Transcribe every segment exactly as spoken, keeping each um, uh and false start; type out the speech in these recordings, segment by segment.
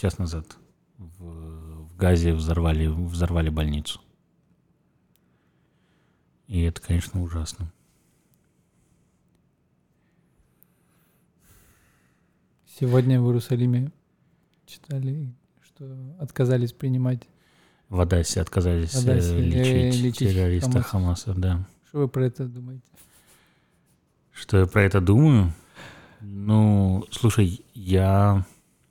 час назад в, в Газе взорвали, взорвали больницу. И это, конечно, ужасно. Сегодня в Иерусалиме читали, что отказались принимать... В Одессе отказались в Одессе, лечить, лечить террориста Хамас. Хамаса, да. Что вы про это думаете? Что я про это думаю? Ну, слушай, я...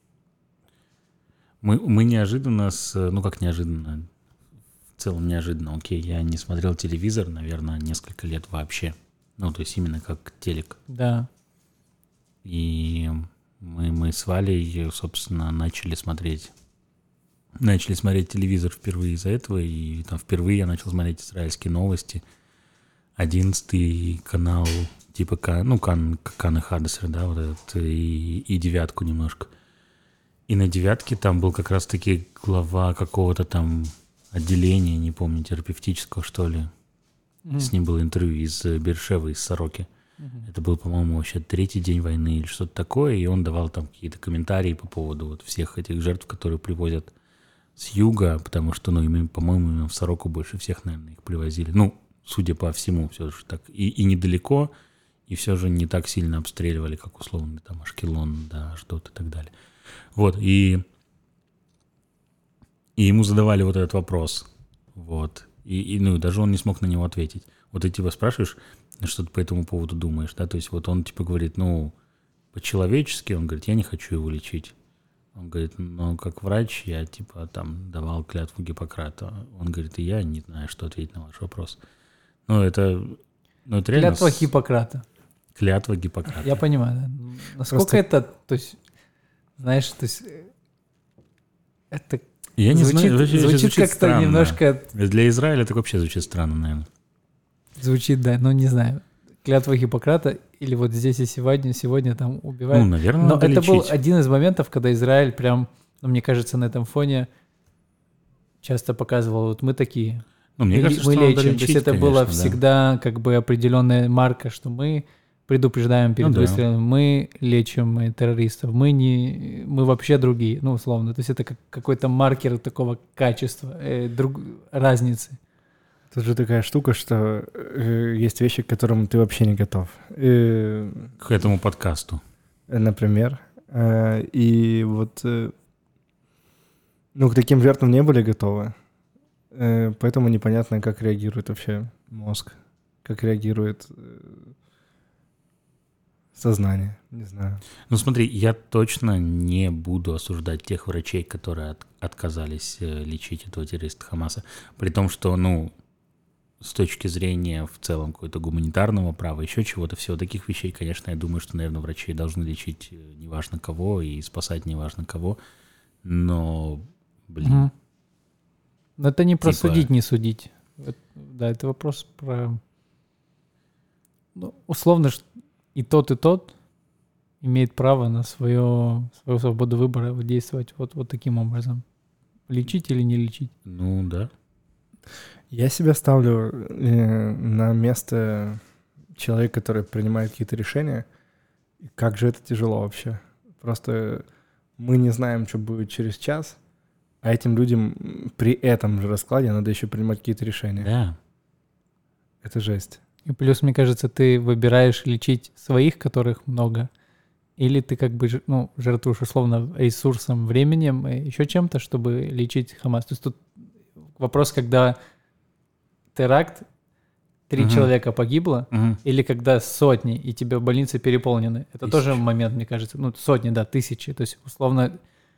Мы, мы неожиданно с... Ну, как неожиданно? В целом неожиданно, окей. Я не смотрел телевизор, наверное, несколько лет вообще. Ну, то есть именно как телек. Да. И мы, мы с Валей, собственно, начали смотреть... Начали смотреть телевизор впервые из-за этого. И там впервые я начал смотреть израильские новости. Одиннадцатый канал, типа, ну, Кан, Кан и Хадасер, да, вот этот, и, и девятку немножко. И на девятке там был как раз-таки глава какого-то там отделения, не помню, терапевтического, что ли. Mm-hmm. С ним было интервью из Бершевы, из Сороки. Mm-hmm. Это был, по-моему, вообще третий день войны или что-то такое, и он давал там какие-то комментарии по поводу вот всех этих жертв, которые привозят с юга, потому что, ну, им, по-моему, именно в Сороку больше всех, наверное, их привозили. Ну, судя по всему, все же так. И, и недалеко, и все же не так сильно обстреливали, как условно там Ашкелон, да, что-то и так далее. Вот, и, и ему задавали вот этот вопрос. Вот. И, и, ну, даже он не смог на него ответить. Вот ты типа спрашиваешь, что ты по этому поводу думаешь, да, то есть вот он типа говорит, ну, по-человечески, он говорит, я не хочу его лечить. Он говорит, ну, как врач я типа там давал клятву Гиппократа. Он говорит, и я не знаю, что ответить на ваш вопрос. Ну, это... Ну, это реально... Клятва Гиппократа. Клятва Гиппократа. Я понимаю, да. Насколько Просто... это, то есть, знаешь, то есть, это я не звучит, знаю, звучит, звучит как-то странно. Немножко... Для Израиля это вообще звучит странно, наверное. Звучит, да, но не знаю. Клятва Гиппократа или вот здесь и сегодня, сегодня там убивают. Ну, наверное, но надо это лечить. Был один из моментов, когда Израиль прям, ну, мне кажется, на этом фоне часто показывал, вот мы такие... Ну, мне мы, кажется, мы что лечим. надо лечить, То есть это конечно, была да. всегда как бы определенная марка, что мы предупреждаем перед ну, выстрелом, да. мы лечим террористов, мы не, мы вообще другие, ну условно. То есть это как какой-то маркер такого качества, э, друг, разницы. Тут же такая штука, что э, есть вещи, к которым ты вообще не готов. И, к этому подкасту. Например. Э, и вот, э, ну, к таким жертвам не были готовы. Э, поэтому непонятно, как реагирует вообще мозг, как реагирует э, сознание, не знаю. Ну, смотри, я точно не буду осуждать тех врачей, которые от, отказались э, лечить этого террориста Хамаса, при том, что, ну, с точки зрения в целом какого-то гуманитарного права, еще чего-то, всего таких вещей, конечно, я думаю, что, наверное, врачи должны лечить неважно кого и спасать неважно кого, но, блин. Угу. Но это не про типа... судить, не судить. Это, да, это вопрос про... Ну, условно, и тот, и тот имеет право на свое, свою свободу выбора действовать вот, вот таким образом. Лечить или не лечить. Ну, да. Я себя ставлю э, на место человека, который принимает какие-то решения. Как же это тяжело вообще. Просто мы не знаем, что будет через час, а этим людям при этом же раскладе надо еще принимать какие-то решения. Да. Это жесть. И плюс, мне кажется, ты выбираешь лечить своих, которых много, или ты как бы ну, жертвуешь условно ресурсом, временем, еще чем-то, чтобы лечить Хамас. То есть тут вопрос, когда теракт, три uh-huh. человека погибло, uh-huh. или когда сотни, и тебе больницы переполнены. Это тысячи. Тоже момент, мне кажется. Ну, сотни, да, тысячи. То есть, условно,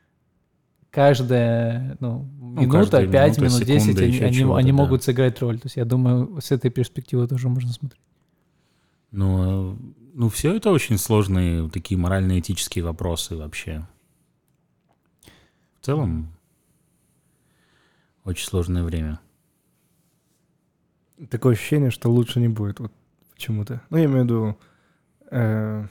каждая ну, ну, минута, пять минут, десять, они, они, они да. могут сыграть роль. То есть, я думаю, с этой перспективы тоже можно смотреть. Ну, ну все это очень сложные такие морально-этические вопросы вообще. В целом, очень сложное время. Такое ощущение, что лучше не будет, вот почему-то. Ну, я имею в виду, э,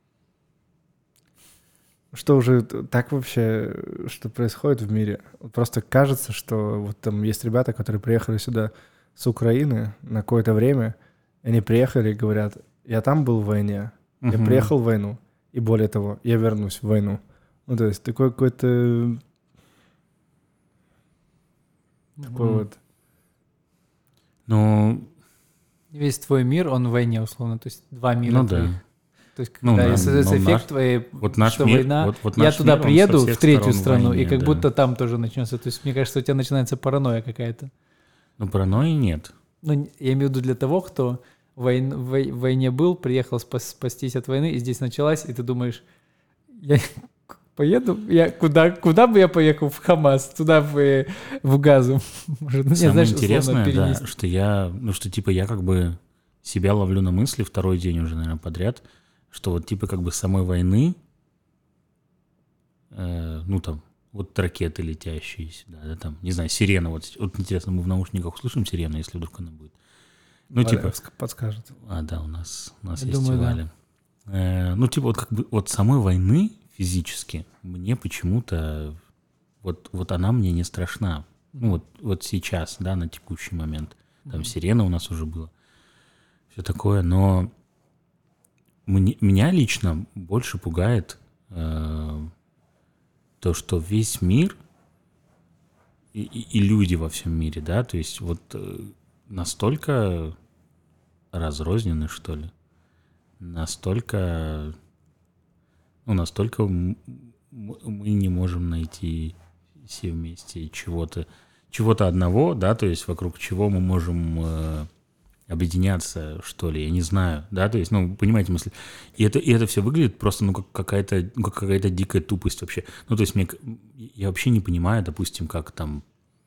что уже так вообще, что происходит в мире. Вот просто кажется, что вот там есть ребята, которые приехали сюда с Украины на какое-то время, и они приехали и говорят, я там был в войне, uh-huh. я приехал в войну, и более того, я вернусь в войну. Ну, то есть такой какой-то Такой Мгм. вот... Ну, Весь твой мир, он в войне, условно. То есть два мира ну твоих. да. То есть, Ну, когда да, и создается но эффект наш- твоей, Вот наш что мир, война, вот, вот я наш туда мир, он приеду, со в всех третью сторон в страну, и войне, как да. будто там тоже начнется. То есть, мне кажется, у тебя начинается паранойя какая-то. Ну, паранойи нет. Ну, н- я имею в виду для того, кто в, войн- в вой- в войне был, приехал спас- спастись от войны, и здесь началась, и ты думаешь, я поеду, я куда, куда бы я поехал? В Хамас, туда в, в Газу. Может, не, Самое знаешь, условно интересное, да, перенести. что я, ну, что типа я как бы себя ловлю на мысли второй день уже, наверное, подряд, что вот типа как бы самой войны, э, ну, там, вот ракеты летящие сюда, да, там, не знаю, сирена, вот, вот интересно, мы в наушниках услышим сирену, если вдруг она будет. Ну, Валя типа, ск- подскажет. а, да, у нас, у нас Я есть думаю, да. Валя. Э, ну, типа, вот как бы, вот самой войны физически мне почему-то, вот, вот она мне не страшна. Ну, вот, вот сейчас, да, на текущий момент. Там Мгм. сирена у нас уже была. Все такое, но мне, меня лично больше пугает э, то, что весь мир и, и- и люди во всем мире, да, то есть вот э, настолько разрознены, что ли, настолько, ну, настолько м- м- мы не можем найти все вместе чего-то, чего-то одного, да, то есть вокруг чего мы можем э, объединяться, что ли, я не знаю, да, то есть, ну, понимаете мысль. И это, и это все выглядит просто, ну, как какая-то, ну, как какая-то дикая тупость вообще. Ну, то есть мне, к- я вообще не понимаю, допустим, как там,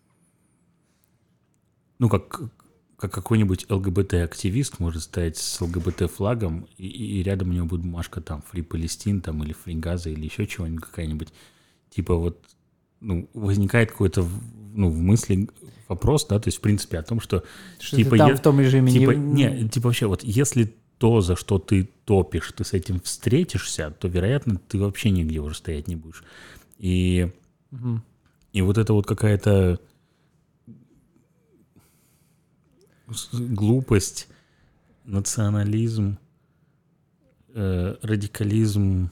ну, как, как какой-нибудь ЛГБТ-активист может стоять с ЛГБТ-флагом, и, и рядом у него будет бумажка там «Фри Палестин», там, или «Фри Газа», или еще чего-нибудь, какая-нибудь, типа вот, ну, возникает какой-то, в- ну, в мысли вопрос, да, то есть, в принципе, о том, что Что типа, ты там е- в том режиме Типа, не... не, типа вообще, вот если то, за что ты топишь, ты с этим встретишься, то, вероятно, ты вообще нигде уже стоять не будешь. И, Мгм. и вот это вот какая-то с- глупость, национализм, э, радикализм,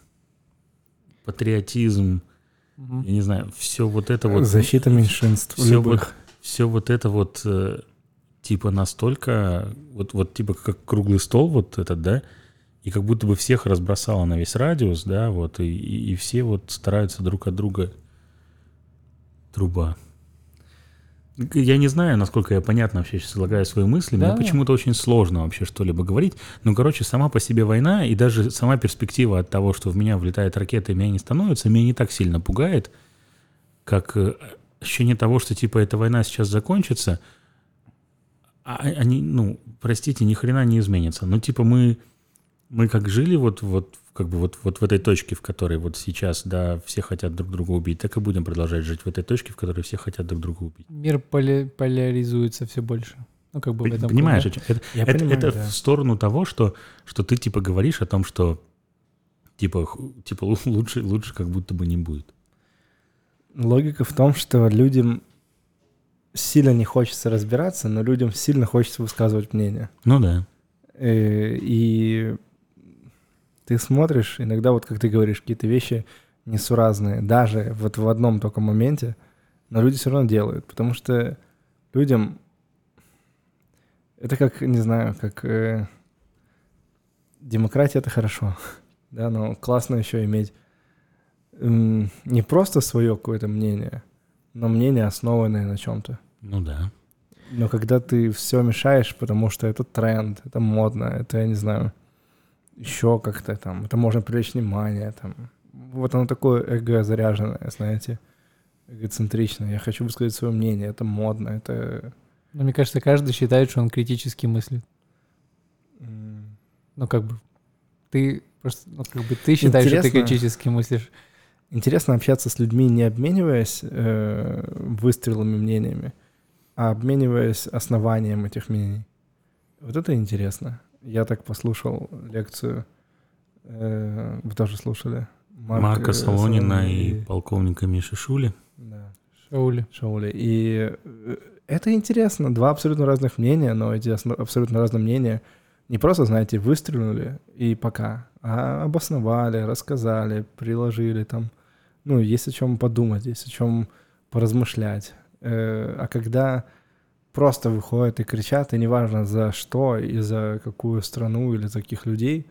патриотизм, Мгм. я не знаю, все вот это вот... Защита меньшинств Все любых. вот, все вот это вот, э, типа, настолько, вот, вот типа как круглый стол вот этот, да, и как будто бы всех разбросало на весь радиус, да, вот, и, и, и все вот стараются друг от друга труба. Я не знаю, насколько я понятно вообще сейчас излагаю свои мысли, Да. мне почему-то очень сложно вообще что-либо говорить, но, короче, сама по себе война и даже сама перспектива от того, что в меня влетает ракета и меня не становится, меня не так сильно пугает, как э, ощущение того, что, типа, эта война сейчас закончится, а они, ну, простите, ни хрена не изменится. Ну, типа, мы, мы как жили вот, вот, как бы вот, вот в этой точке, в которой вот сейчас, да, все хотят друг друга убить, так и будем продолжать жить в этой точке, в которой все хотят друг друга убить. Мир поля- поляризуется все больше. Ну, как бы в этом Понимаешь, плане. о чем? это, Я это, понимаю, это да. в сторону того, что, что ты, типа, говоришь о том, что, типа, ху- типа лу- лучше, лучше как будто бы не будет. Логика в том, что людям сильно не хочется разбираться, но людям сильно хочется высказывать мнение. Ну да. Э, И ты смотришь, иногда вот как ты говоришь, какие-то вещи несуразные, даже вот в одном только моменте, но люди все равно делают, потому что людям это как, не знаю, как э, демократия — это хорошо, да, но классно еще иметь м, не просто свое какое-то мнение, но мнение, основанное на чем-то. Ну да. Но когда ты все мешаешь, потому что это тренд, это модно, это, я не знаю, еще как-то там, это можно привлечь внимание, там. Вот оно такое эго-заряженное, знаете, эгоцентричное. Я хочу высказать свое мнение, это модно, это... Но мне кажется, каждый считает, что он критически мыслит. м, Ну, как бы, ты просто, ну, как бы ты считаешь, что ты Интересно. критически мыслишь. Интересно общаться с людьми, не обмениваясь э, выстрелами мнениями, а обмениваясь основанием этих мнений. Вот это интересно. Я так послушал лекцию, э, вы тоже слушали? Марк, Марка э, Солонина Солонин и полковника Миши Шули. Да, Шаули. Шаули. И э, это интересно. Два абсолютно разных мнения, но эти осно- абсолютно разные мнения не просто, знаете, выстрелили и пока, а обосновали, рассказали, приложили там. Ну, есть о чем подумать, есть о чем поразмышлять. Э, а когда просто выходят и кричат, и неважно за что, и за какую страну, или за каких людей.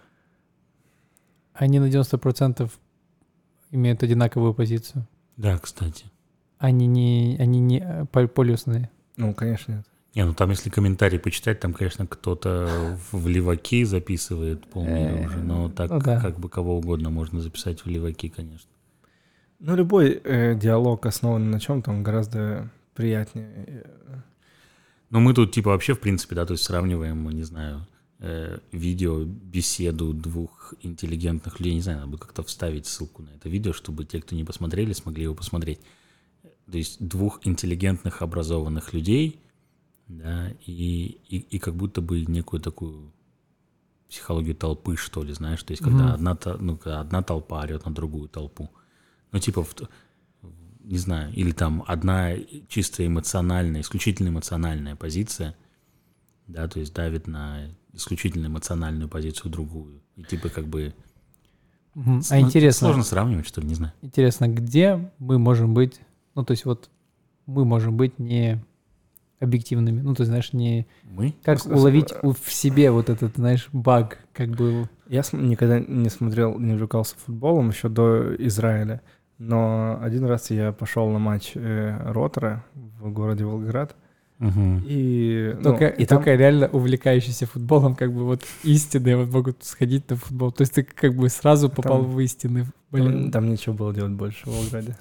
Они на девяносто процентов имеют одинаковую позицию. Да, кстати. Они не, они не пол- полюсные. Ну, конечно, нет. Не, ну там, если комментарии почитать, там, конечно, кто-то в леваки записывает полмира уже, но так Ну да. как бы кого угодно можно записать в леваки, конечно. Ну, любой э, диалог, основанный на чем-то, он гораздо приятнее. Но мы тут, типа, вообще, в принципе, да, то есть сравниваем, не знаю, э, видео, беседу двух интеллигентных людей, не знаю, надо бы как-то вставить ссылку на это видео, чтобы те, кто не посмотрели, смогли его посмотреть. То есть двух интеллигентных, образованных людей, да, и, и, и как будто бы некую такую психологию толпы, что ли, знаешь, то есть когда, mm-hmm. одна, ну, когда одна толпа орет на другую толпу. Ну, типа, в, не знаю, или там одна чисто эмоциональная, исключительно эмоциональная позиция, да, то есть давит на исключительно эмоциональную позицию другую. И типа как бы... Mm-hmm. С, а ну, интересно... Сложно сравнивать, что ли, не знаю. Интересно, где мы можем быть... Ну, то есть вот мы можем быть не... объективными, ну, ты знаешь, не... Мы? Как уловить в себе вот этот, знаешь, баг, как бы... Я никогда не смотрел, не увлекался футболом еще до Израиля, но один раз я пошел на матч э, Ротора в городе Волгоград, угу. и... Только, ну, и только там... реально увлекающийся футболом, как бы вот истинные вот могут сходить на футбол. То есть ты как бы сразу попал там, в истины. Там, там нечего было делать больше в Волгограде.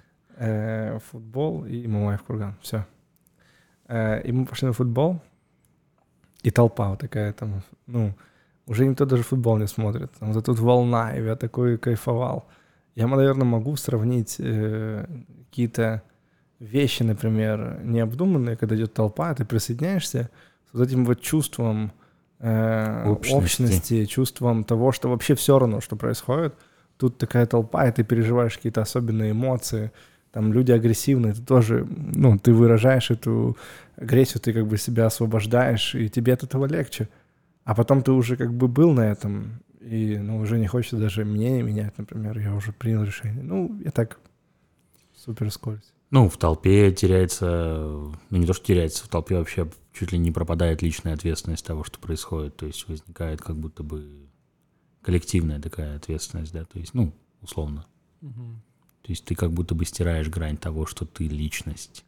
Э, футбол и Мамаев курган, все. И мы пошли на футбол, и толпа вот такая там, ну, уже никто даже футбол не смотрит. Там вот тут волна, и я такой кайфовал. Я, наверное, могу сравнить э, какие-то вещи, например, необдуманные, когда идет толпа, ты присоединяешься с вот этим вот чувством э, общности. общности, чувством того, что вообще все равно, что происходит. Тут такая толпа, и ты переживаешь какие-то особенные эмоции. Там люди агрессивные, ты тоже, ну, ты выражаешь эту агрессию, ты как бы себя освобождаешь, и тебе от этого легче. А потом ты уже как бы был на этом, и, ну, уже не хочется даже мнение менять, например, я уже принял решение. Ну, я так супер скользь. Ну, в толпе теряется, ну, не то, что теряется, в толпе вообще чуть ли не пропадает личная ответственность того, что происходит, то есть возникает как будто бы коллективная такая ответственность, да, то есть, ну, условно. Угу. То есть ты как будто бы стираешь грань того, что ты личность,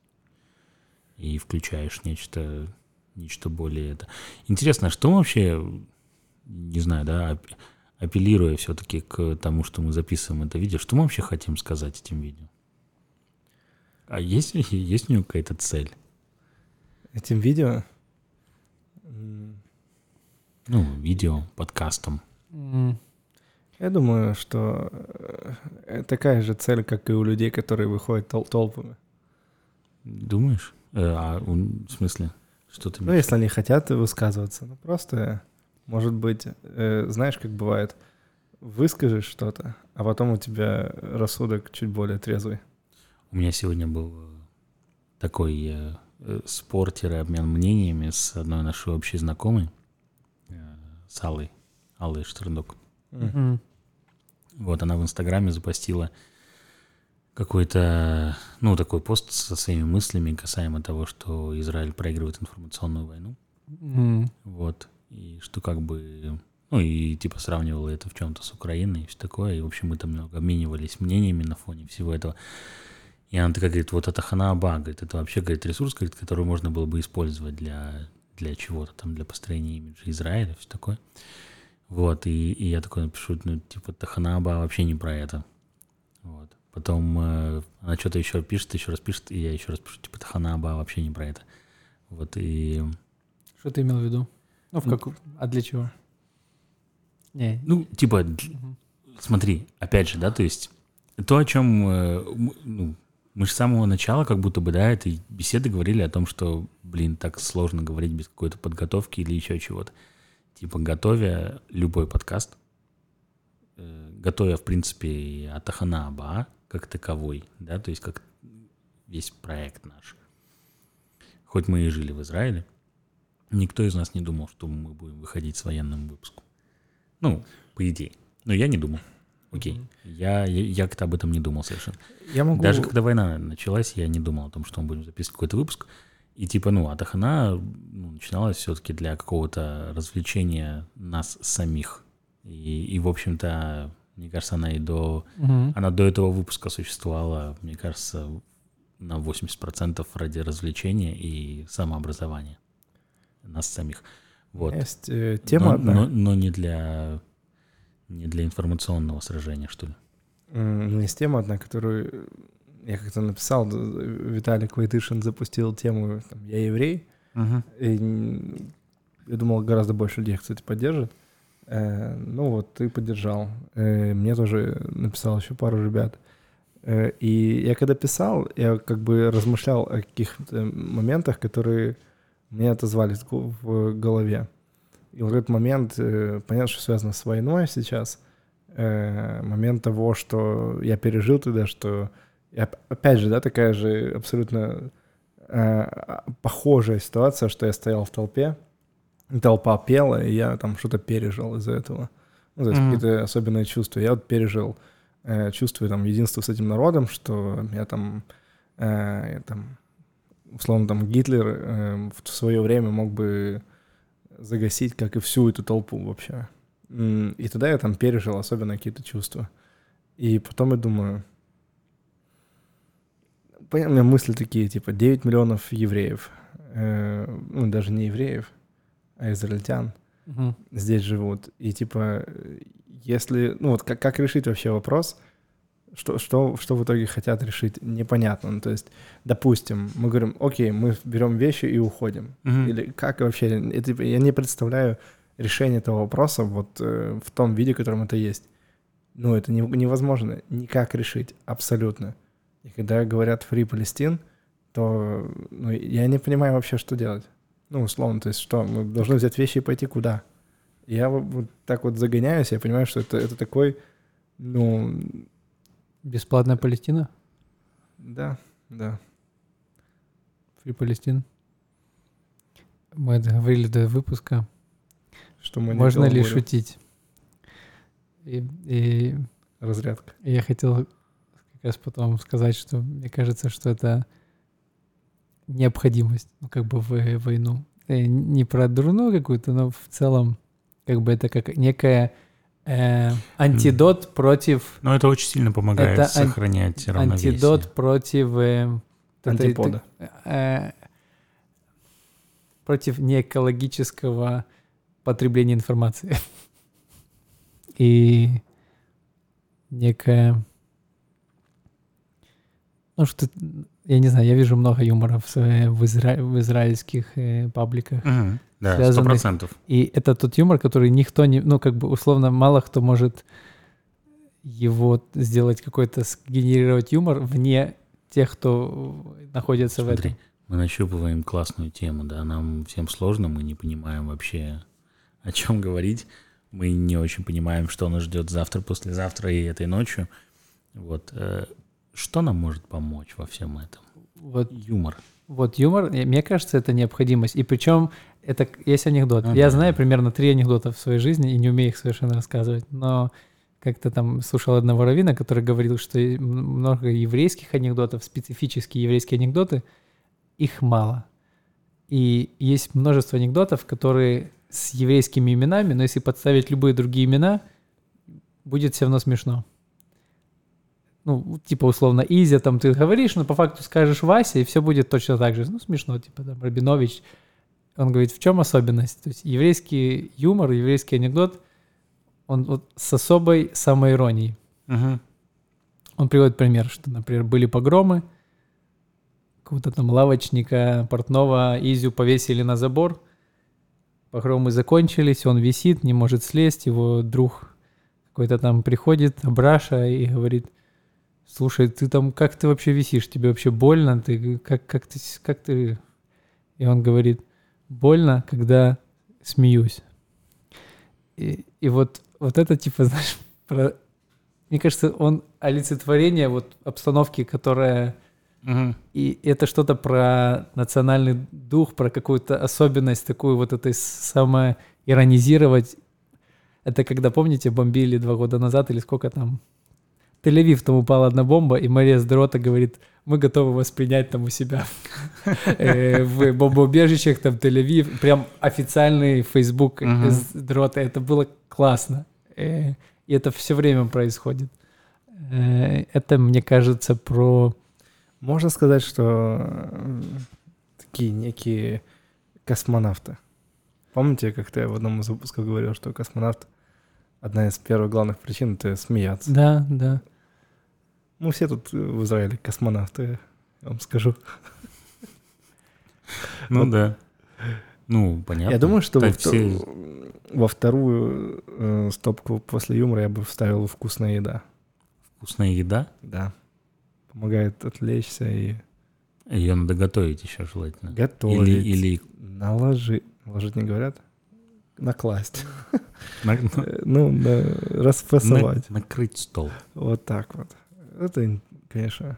и включаешь нечто, нечто более это. Интересно, что мы вообще, не знаю, да, апеллируя все-таки к тому, что мы записываем это видео, что мы вообще хотим сказать этим видео? А есть, есть у него какая-то цель? Этим видео? Ну, видео, подкастом. Mm. Я думаю, что такая же цель, как и у людей, которые выходят тол- толпами. Думаешь? Э, а в смысле? Что ты Ну, если они хотят высказываться, ну, просто, может быть, э, знаешь, как бывает, выскажешь что-то, а потом у тебя рассудок чуть более трезвый. У меня сегодня был такой э, спор-обмен мнениями с одной нашей общей знакомой, э, с Аллой, Аллой Штерндок. Mm-hmm. Вот, она в Инстаграме запостила какой-то, ну, такой пост со своими мыслями касаемо того, что Израиль проигрывает информационную войну. Mm-hmm. Вот, и что как бы, ну, и типа сравнивала это в чем-то с Украиной и все такое. И, в общем, мы там немного обменивались мнениями на фоне всего этого. И она такая говорит, вот это Ханаба, говорит, это вообще, говорит, ресурс, говорит, который можно было бы использовать для, для чего-то там, для построения имиджа Израиля, все такое. Вот, и, и я такой напишу, ну, типа, Ханаба вообще не про это. Вот. Потом э, она что-то еще пишет, еще раз пишет, и я еще раз пишу, типа, Ханаба вообще не про это. Вот, и... Что ты имел в виду? Ну, в какую? А для чего? Не. Ну, типа, угу. Смотри, опять же, да, то есть то, о чем, э, ну, мы же с самого начала как будто бы, да, этой беседы говорили о том, что, блин, так сложно говорить без какой-то подготовки или еще чего-то. Типа, готовя любой подкаст, э, готовя, в принципе, от Ханаба как таковой, да, то есть как весь проект наш. Хоть мы и жили в Израиле, никто из нас не думал, что мы будем выходить с военным выпуском. Ну, по идее. Но я не думал. Окей. Я, я, я как-то об этом не думал совершенно. Я могу... Даже когда война началась, я не думал о том, что мы будем записывать какой-то выпуск. И типа, ну, Атахана ну, начиналась все-таки для какого-то развлечения нас самих. И, и в общем-то, мне кажется, она и до... Мгм. Она до этого выпуска существовала, мне кажется, на восемьдесят процентов ради развлечения и самообразования нас самих. Вот. Есть э, тема но, одна. но, но не для не для информационного сражения, что ли. М, Есть тема одна, которую я как-то написал, д- Виталик Войтышин запустил тему там, «Я еврей», и м, я думал, гораздо больше людей, кстати, поддержит. Э, Ну вот, ты поддержал. Э, Мне тоже написал еще пару ребят. Э, И я когда писал, я как бы размышлял о каких-то моментах, которые мне отозвались в го- в голове. И вот этот момент, э, понятно, что связано с войной сейчас, э, момент того, что я пережил тогда, что я, опять же, да, такая же абсолютно э, похожая ситуация, что я стоял в толпе, и толпа пела, и я там что-то пережил из-за этого. Ну, то есть Мгм. какие-то особенные чувства. Я вот пережил, э, чувствую там единство с этим народом, что я там, э, я там условно, там Гитлер э, в свое время мог бы загасить, как и всю эту толпу вообще. М, И тогда я там пережил особенно какие-то чувства. И потом я думаю, понятно, у меня мысли такие, типа, девять миллионов евреев, э, ну, даже не евреев, а израильтян Мгм. здесь живут. И, типа, э, если, ну, вот как, как решить вообще вопрос, что, что, что в итоге хотят решить, непонятно. Ну, то есть, допустим, мы говорим, окей, мы берем вещи и уходим. Мгм. Или как вообще, это, я не представляю решение этого вопроса вот э, в том виде, в котором это есть. Ну, это не- невозможно никак решить, абсолютно. И когда говорят «Free Palestine», то ну, я не понимаю вообще, что делать. Ну, условно, то есть что, мы должны взять вещи и пойти куда? Я вот, вот так вот загоняюсь, я понимаю, что это, это такой, ну, Бесплатная Палестина? да, да. Фри Палестин? Мы это говорили до выпуска. Что мы не Можно ли говорим. шутить? И, и Разрядка. я хотел как раз потом сказать, что мне кажется, что это необходимость, ну, как бы в войну. Э, Не про дурную какую-то, но в целом, как бы это как некая э, антидот против Но это очень сильно помогает Это ан- сохранять равновесие. антидот против э, вот этой- Антипода. э, против неэкологического потребления информации. И некая... Ну, что... Я не знаю, я вижу много юмора в, своей- в, изра- в израильских э, пабликах. Мгм. Да, сто связанных- процентов. И это тот юмор, который никто не... Ну, как бы, условно, мало кто может его сделать какой-то, сгенерировать юмор вне тех, кто находится в Смотри, этом. мы нащупываем классную тему, да, нам всем сложно, мы не понимаем вообще, о чем говорить, мы не очень понимаем, что нас ждет завтра, послезавтра и этой ночью. Вот. э, Что нам может помочь во всем этом? Вот, Юмор. вот юмор, э, мне кажется, это необходимость. И причем это к- есть анекдот. Ну Я да. знаю примерно три анекдота в своей жизни и не умею их совершенно рассказывать. Но как-то там слушал одного раввина, который говорил, что и м- много еврейских анекдотов, специфические еврейские анекдоты, их мало. И есть множество анекдотов, которые с еврейскими именами, но если подставить любые другие имена, будет все равно смешно. Ну, типа, условно, Изя, там ты говоришь, но по факту скажешь Вася, и все будет точно так же. Ну, смешно, типа, там, Рабинович. Он говорит, в чем особенность? То есть еврейский юмор, еврейский анекдот, он вот с особой самоиронией. Мгм. Он приводит пример, что, например, были погромы, какого-то там лавочника, портного, Изю повесили на забор, погромы закончились, он висит, не может слезть, его друг какой-то там приходит, Абраша, и говорит, слушай, ты там, как ты вообще висишь, тебе вообще больно, ты, как, как, ты, как ты... И он говорит, больно, когда смеюсь. И, и вот, вот это, типа, знаешь, про... мне кажется, он олицетворение вот обстановки, которая... Мгм. И это что-то про национальный дух, про какую-то особенность такую вот этой самоиронизировать. Это когда, помните, бомбили два года назад или сколько там? Тель-Авив, там упала одна бомба, и Мария Сдорота говорит, мы готовы вас принять там у себя в бомбоубежищах, там Тель-Авив. Прям официальный Facebook Сдорота. Это было классно. И это все время происходит. Это, мне кажется, про... Можно сказать, что такие некие космонавты. Помните, как ты в одном из выпусков говорил, что космонавт одна из первых главных причин — это смеяться. Да, да. Мы все тут в Израиле космонавты, я вам скажу. Ну вот. Да. Ну, понятно. Я думаю, что во, все... втор... во вторую э, стопку после юмора я бы вставил вкусная еда. Вкусная еда? Да. Помогает отвлечься и... Ее надо готовить еще желательно. Готовить. Или... или... Наложить. Наложить не говорят? Накласть. Ну, расфасовать. Накрыть стол. Вот так вот. Это, конечно...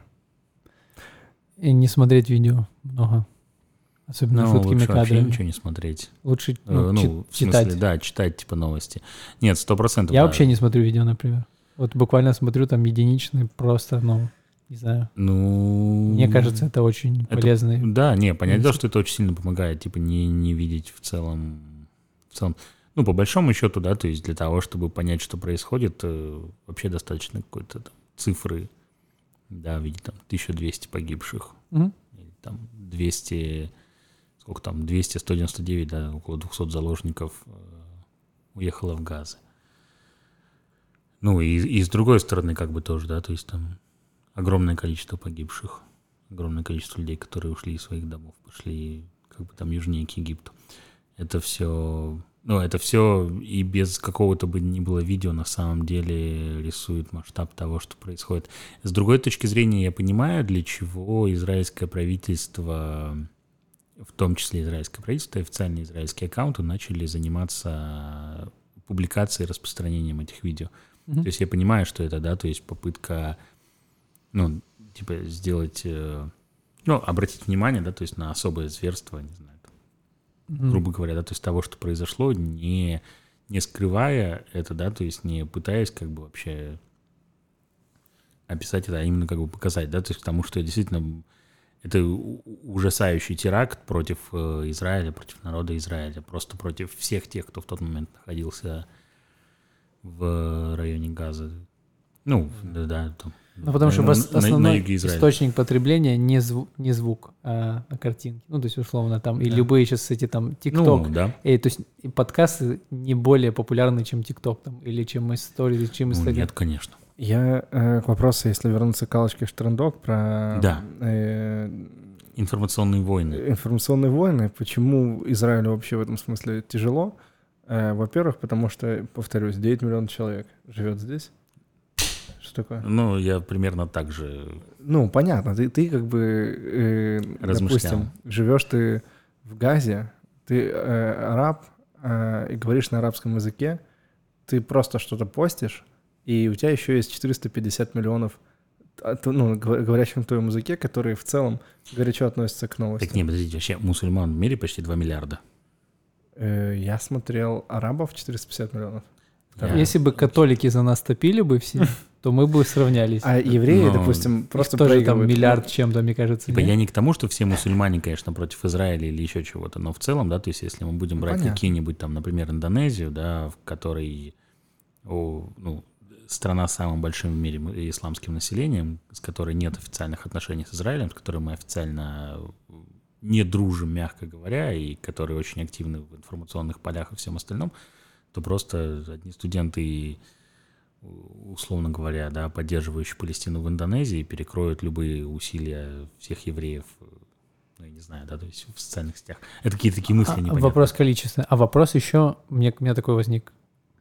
И не смотреть видео много. Особенно ну, жуткими лучше кадрами. Вообще ничего не смотреть. Лучше ну, ну, чит- в смысле, читать. Да, читать типа новости. Нет, сто процентов. Я да. вообще не смотрю видео, например. Вот буквально смотрю там единичные, просто, ну, не знаю. Ну... Мне кажется, это очень это, полезно. Да, не, понятно, что это очень сильно помогает, типа, не, не видеть в целом, в целом... Ну, по большому счету, да, то есть для того, чтобы понять, что происходит, вообще достаточно какой-то там цифры, да, в виде там тысяча двести погибших, Mm-hmm. или там двести... Сколько там, двести, сто девяносто девять, да, около двухсот заложников э, уехало в Газы. Ну, и, и с другой стороны, как бы тоже, да, то есть там огромное количество погибших, огромное количество людей, которые ушли из своих домов, пошли как бы там южнее к Египту. Это все, ну, это все и без какого-то бы ни было видео на самом деле рисует масштаб того, что происходит. С другой точки зрения, я понимаю, для чего израильское правительство... в том числе израильское правительство, официальные израильские аккаунты начали заниматься публикацией и распространением этих видео. Mm-hmm. То есть я понимаю, что это, да, то есть попытка, ну, типа сделать, ну, обратить внимание, да, то есть на особое зверство, не знаю, mm-hmm. грубо говоря, да, то есть того, что произошло, не, не скрывая это, да, то есть не пытаясь как бы вообще описать это, а именно как бы показать, да, то есть к тому, что действительно... Это ужасающий теракт против э, Израиля, против народа Израиля, просто против всех тех, кто в тот момент находился в районе Газа. Ну, да, да. Там, ну, потому на, что на, основной на, на юге Израиля. Источник потребления не, зву- не звук, а, а картинки. Ну, то есть, условно, там, да. и любые сейчас эти там ТикТок. Ну, да. И, то есть, и подкасты не более популярны, чем ТикТок, там, или чем истории, чем Инстаграм. Ну, нет, конечно. Я э, к вопросу, если вернуться к Аллочке Штрендок, про да. э, информационные войны. Информационные войны. Почему Израилю вообще в этом смысле тяжело? Э, во-первых, потому что, повторюсь, девять миллионов человек живет здесь. Что такое? Ну, я примерно так же... Ну, понятно. Ты, ты как бы, э, допустим, живешь ты в Газе, ты э, араб э, и говоришь на арабском языке, ты просто что-то постишь, и у тебя еще есть четыреста пятьдесят миллионов, ну, говорящих на твоем языке, которые в целом горячо относятся к новостям. Так не, подождите, вообще мусульман в мире почти два миллиарда. Э, я смотрел арабов четыреста пятьдесят миллионов. Yeah. Если бы католики за нас топили бы все, то мы бы сравнялись. А евреи, допустим, просто тоже там миллиард чем-то, мне кажется. Типа я не к тому, что все мусульмане, конечно, против Израиля или еще чего-то, но в целом, да, то есть если мы будем брать какие-нибудь там, например, Индонезию, да, в которой, ну, страна с самым большим в мире исламским населением, с которой нет официальных отношений с Израилем, с которой мы официально не дружим, мягко говоря, и которые очень активны в информационных полях и всем остальном, то просто одни студенты, условно говоря, да, поддерживающие Палестину в Индонезии, перекроют любые усилия всех евреев, ну, я не знаю, да, то есть в социальных сетях. Это какие-то такие мысли а, непонятные. Вопрос количественный. А вопрос еще, мне, у меня такой возник.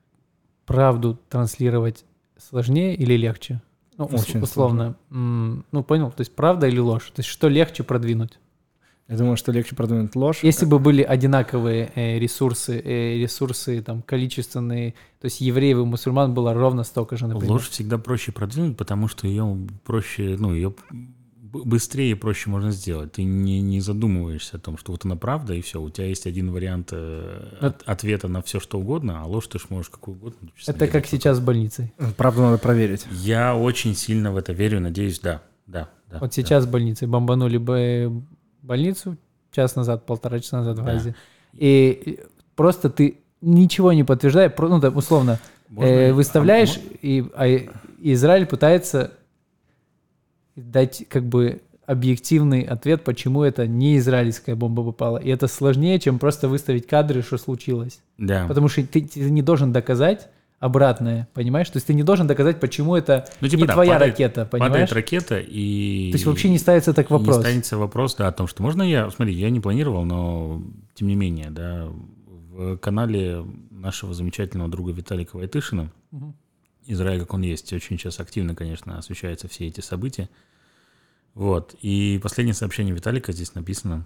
Правду транслировать сложнее или легче? Ну, Очень условно. М- ну, понял? То есть правда или ложь? То есть что легче продвинуть? Я думаю, что легче продвинуть ложь. Если бы были одинаковые э, ресурсы, э, ресурсы там количественные, то есть евреев и мусульман было ровно столько же, например. Ложь всегда проще продвинуть, потому что ее проще, ну, ее быстрее и проще можно сделать. Ты не, не задумываешься о том, что вот она правда, и все. У тебя есть один вариант э, от, ответа на все, что угодно, а ложь ты ж можешь какую угодно. Это как сейчас с больницей. Правду надо проверить. Я очень сильно в это верю, надеюсь, да. да, да вот да. сейчас с больницей бомбанули бы больницу час назад, полтора часа назад в Газе. Да. И просто ты ничего не подтверждаешь, ну, да, условно, э, выставляешь, а, и, а Израиль пытается дать как бы объективный ответ, почему это не израильская бомба попала. И это сложнее, чем просто выставить кадры, что случилось. Да. Потому что ты, ты не должен доказать обратное, понимаешь? То есть ты не должен доказать, почему это ну, типа, не да, твоя падает, ракета, понимаешь? Падает ракета, и... То есть вообще не ставится так вопрос. Не ставится вопрос, да, о том, что можно я... Смотри, я не планировал, но тем не менее, да, в канале нашего замечательного друга Виталика Войтышина, угу. Израиль, как он есть, очень сейчас активно, конечно, освещаются все эти события. Вот. И последнее сообщение Виталика здесь написано.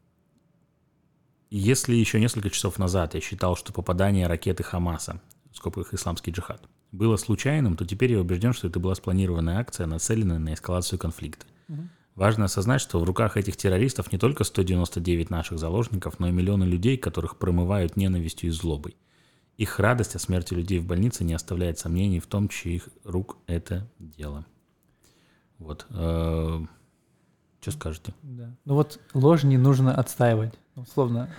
Если еще несколько часов назад я считал, что попадание ракеты Хамаса, в скобках исламский джихад, было случайным, то теперь я убежден, что это была спланированная акция, нацеленная на эскалацию конфликта. Угу. Важно осознать, что в руках этих террористов не только сто девяносто девять наших заложников, но и миллионы людей, которых промывают ненавистью и злобой. Их радость о смерти людей в больнице не оставляет сомнений в том, чьих рук это дело. Вот. Что скажете? Да. Ну вот ложь не нужно отстаивать. Условно.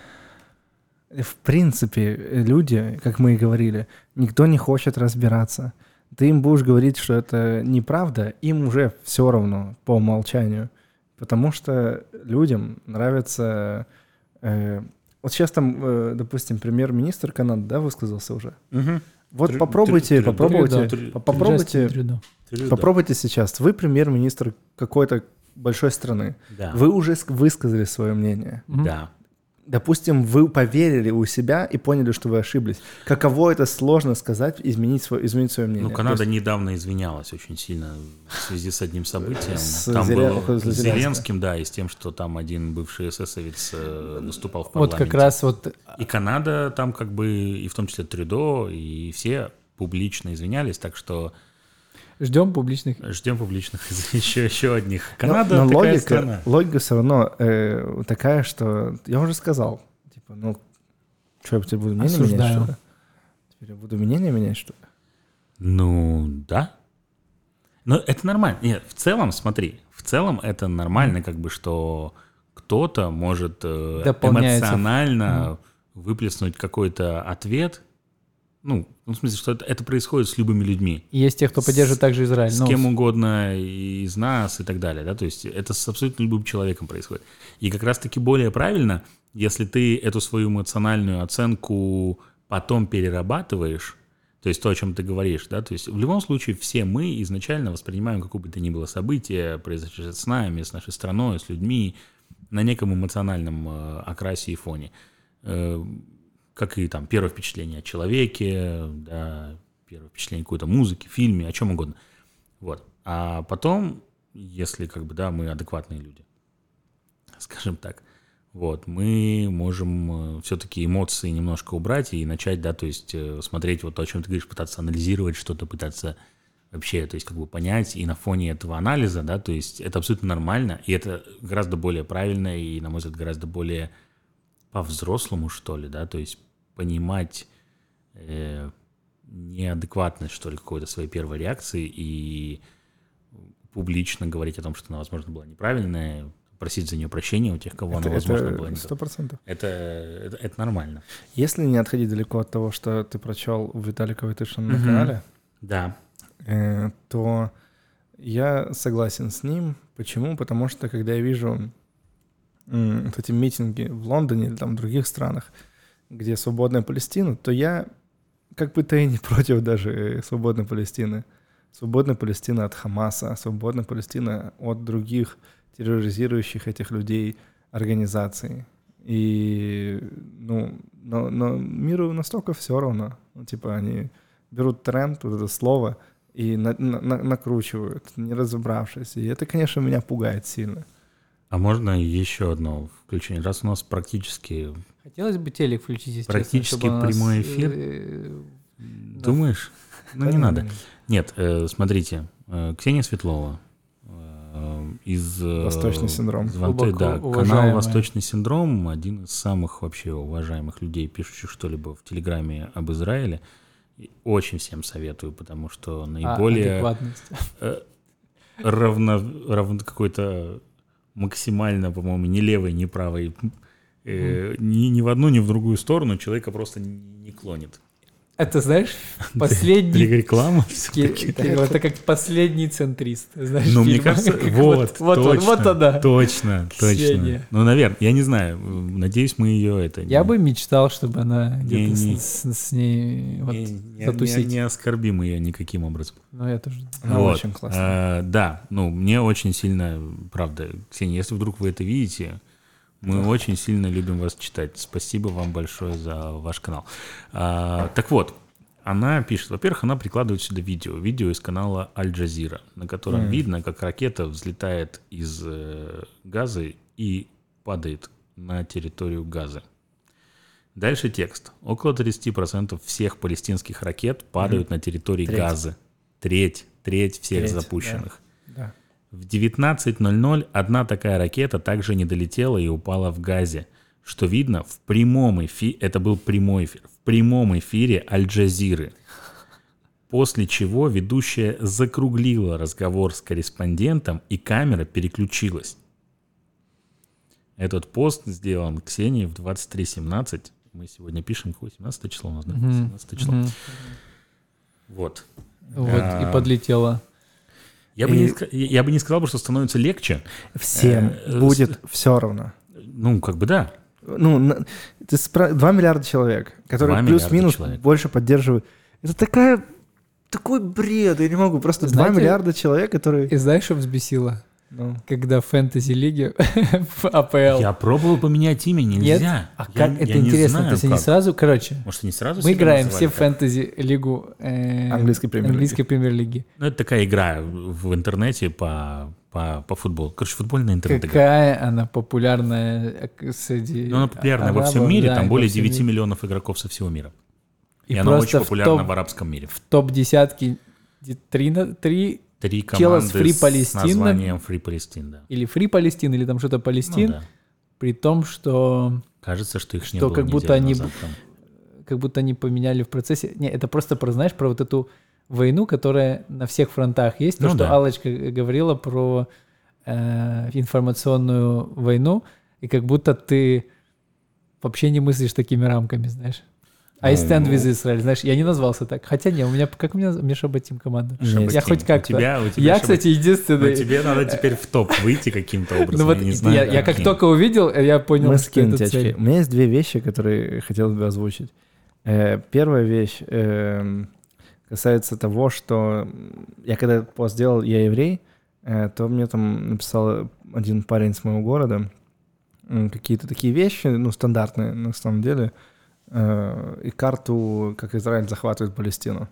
В принципе, люди, как мы и говорили, никто не хочет разбираться. Ты им будешь говорить, что это неправда, им уже все равно по умолчанию. Потому что людям нравится... Э, вот сейчас там, э, допустим, премьер-министр Канады, да, высказался уже? Угу. Вот трю, попробуйте, трю, попробуйте, трю, трю, попробуйте, трю, трю, попробуйте сейчас. Вы премьер-министр какой-то большой страны. Да. Вы уже высказали свое мнение. Да. Допустим, вы поверили у себя и поняли, что вы ошиблись. Каково это сложно сказать, изменить свое, изменить свое мнение? Ну, Канада есть... недавно извинялась очень сильно в связи с одним событием. С там Зеля... был с Зеленским, да, и с тем, что там один бывший эсэсовец выступал в парламенте. Вот как раз вот... И Канада там как бы, и в том числе Трюдо, и все публично извинялись, так что... Ждем публичных. Ждем публичных еще, еще одних. Канада но, но такая логика, страна. Логика все равно э, такая, что я уже сказал, типа, ну, что я теперь буду мнение Осуждаю. менять, что ли? Теперь я буду мнение менять, что ли? Ну, да. Но это нормально. Нет, в целом, смотри, в целом это нормально, как бы, что кто-то может э, эмоционально mm. выплеснуть какой-то ответ. Ну, в смысле, что это, это происходит с любыми людьми. И есть те, кто поддерживает также Израиль. С ну, кем угодно из нас и так далее, да, то есть это с абсолютно любым человеком происходит. И как раз-таки более правильно, если ты эту свою эмоциональную оценку потом перерабатываешь, то есть то, о чем ты говоришь, да, то есть в любом случае все мы изначально воспринимаем какое бы то ни было событие, произошедшее с нами, с нашей страной, с людьми, на неком эмоциональном э, окрасе и фоне. Э, как и там первое впечатление о человеке, да, первое впечатление какой-то музыки, фильме, о чем угодно. Вот. А потом, если как бы, да, мы адекватные люди, скажем так, вот, мы можем все-таки эмоции немножко убрать и начать, да, то есть смотреть вот то, о чем ты говоришь, пытаться анализировать что-то, пытаться вообще, то есть как бы понять, и на фоне этого анализа, да, то есть это абсолютно нормально, и это гораздо более правильно, и, на мой взгляд, гораздо более по-взрослому, что ли, да, то есть понимать э, неадекватность, что ли, какой-то своей первой реакции и публично говорить о том, что она, возможно, была неправильная, просить за нее прощения у тех, кого это, она, возможно, это была не сто процентов. Это, это, это нормально. Если не отходить далеко от того, что ты прочел у Виталика Войтышина на канале, да. э, то я согласен с ним. Почему? Потому что, когда я вижу м, вот эти митинги в Лондоне или там в других странах, где свободная Палестина, то я как бы-то и не против даже свободной Палестины. Свободная Палестина от Хамаса, свободная Палестина от других терроризирующих этих людей организаций. И, ну, но, но миру настолько все равно. Ну, типа они берут тренд, вот это слово, и на, на, накручивают, не разобравшись. И это, конечно, меня пугает сильно. А можно еще одно включение? Раз у нас практически... Хотелось бы телек включить, если практически честно, прямой нас... эфир. Думаешь? Ну, не надо. Нет, смотрите, Ксения Светлова из... Восточный синдром. Звонты, да, канал уважаемые. «Восточный синдром» один из самых вообще уважаемых людей, пишущих что-либо в Телеграме об Израиле. И очень всем советую, потому что наиболее... А, адекватность. равно, равно какой-то максимально, по-моему, ни левой, ни правой, э, ни, ни в одну, ни в другую сторону человека просто не, не клонит. Это, знаешь, последний... Реклама? Это как последний центрист, знаешь, Ну, мне фильма. кажется, Как вот, вот, точно, вот она. точно, точно. Ксения. Ну, наверное, я не знаю, надеюсь, мы ее это... Я бы мечтал, чтобы она Не- где-то с- не- с, с ней вот не, не- затусить. не- не оскорбим ее никаким образом. Но я тоже... Она Вот. очень классная. А, да, ну, мне очень сильно, правда, Ксения, если вдруг вы это видите, мы очень сильно любим вас читать. Спасибо вам большое за ваш канал. А, так вот, она пишет, во-первых, она прикладывает сюда видео, видео из канала Аль-Джазира, на котором Mm. видно, как ракета взлетает из э, Газы и падает на территорию Газы. Дальше текст. Около тридцать процентов всех палестинских ракет падают Мгм. на территории Треть. Газы. Треть, треть всех Треть, запущенных. Да. В девятнадцать ноль ноль одна такая ракета также не долетела и упала в Газе, что видно в прямом эфире, это был прямой эфир, в прямом эфире Аль-Джазиры. После чего ведущая закруглила разговор с корреспондентом, и камера переключилась. Этот пост сделан Ксенией в двадцать три семнадцать. Мы сегодня пишем, какое семнадцатое число у нас, да? Мгм. семнадцатое число. Мгм. Вот. Вот, А. и подлетела. Я бы, И- не, ска- я бы не сказал, что становится легче. Всем Э, будет все равно. Ну, как бы да. Ну, на- ты спра- два миллиарда человек, которые Два миллиарда плюс-минус человек. больше поддерживают. Это такая... Такой бред, я не могу. Просто два Знаете- миллиарда человек, которые... И знаешь, что взбесило? Ну, Когда в фэнтези-лиге в АПЛ... Я пробовал поменять имя, нельзя. А Я- как я это не интересно? знаю, То есть они как. сразу... Короче, Может, они сразу мы себя играем называли все в так? фэнтези-лигу э, Английской премьер-лиги. английской премьер-лиги. Ну, это такая игра в интернете по, по, по футболу. Короче, футбольная интернет-игра. Какая она популярная э, среди Но она популярна во арабов, всем мире, да, там и более во всем девять мире. миллионов игроков со всего мира. И, И она просто очень в популярна топ- в арабском мире. В топ-десятке ди- три, на- три Три чела с команды Free с Palestine. названием Free Palestine, да. или Фри Палестин, или там что-то Ну Палестин, да. при том, что Кажется, что их не Что было как будто неделю они назад там. как будто они поменяли в процессе. Не, это просто про, знаешь, про вот эту войну, которая на всех фронтах есть. То, Ну что да. Аллочка говорила про э, информационную войну, и как будто ты вообще не мыслишь такими рамками, знаешь. I Ну, stand ну. with Israel, знаешь, я не назвался так. Хотя не, у меня, как у меня, у меня Шабатим команда. Шабатим. Я хоть У как-то. тебя- у тебя Я, Шабатим. кстати, единственный. Но тебе надо теперь в топ выйти каким-то Ну образом. вот я не я, знаю, я как каким. только увидел, я понял, мы что скинем это тебе очки. цель. У меня есть две вещи, которые хотелось бы озвучить. Э, Первая вещь эм, касается того, что я когда этот пост сделал «Я еврей», э, то мне там написал один парень с моего города м, какие-то такие вещи, ну, стандартные на самом деле, э, и карту, как Израиль захватывает Палестину.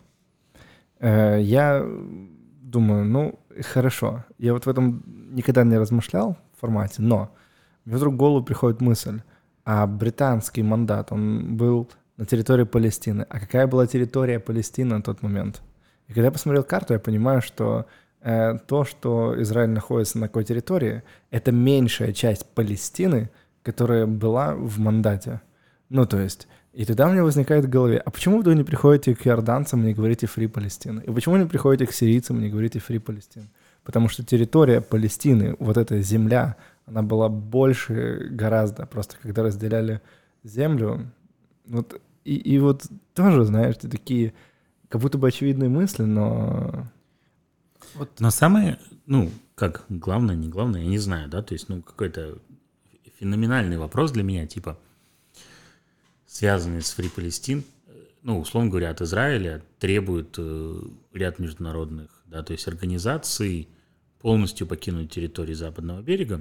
Э, Я думаю, ну, хорошо. Я вот в этом никогда не размышлял в формате, но мне вдруг в голову приходит мысль, а британский мандат, он был на территории Палестины. А какая была территория Палестины на тот момент? И когда я посмотрел карту, я понимаю, что э, то, что Израиль находится на какой территории, это меньшая часть Палестины, которая была в мандате. Ну, то есть, и тогда у меня возникает в голове, а почему вы не приходите к иорданцам и не говорите «Фри Палестина»? И почему не приходите к сирийцам и не говорите «Фри Палестина»? Потому что территория Палестины, вот эта земля, она была больше гораздо. Просто когда разделяли землю, вот, и, и вот тоже, знаешь, ты такие, как будто бы очевидные мысли, но... Но самое, ну, как главное, не главное, я не знаю, да, то есть, ну, какой-то феноменальный вопрос для меня, типа, связанный с Free Palestine, ну, условно говоря, от Израиля требует э, ряд международных, да, то есть организаций полностью покинуть территорию Западного берега,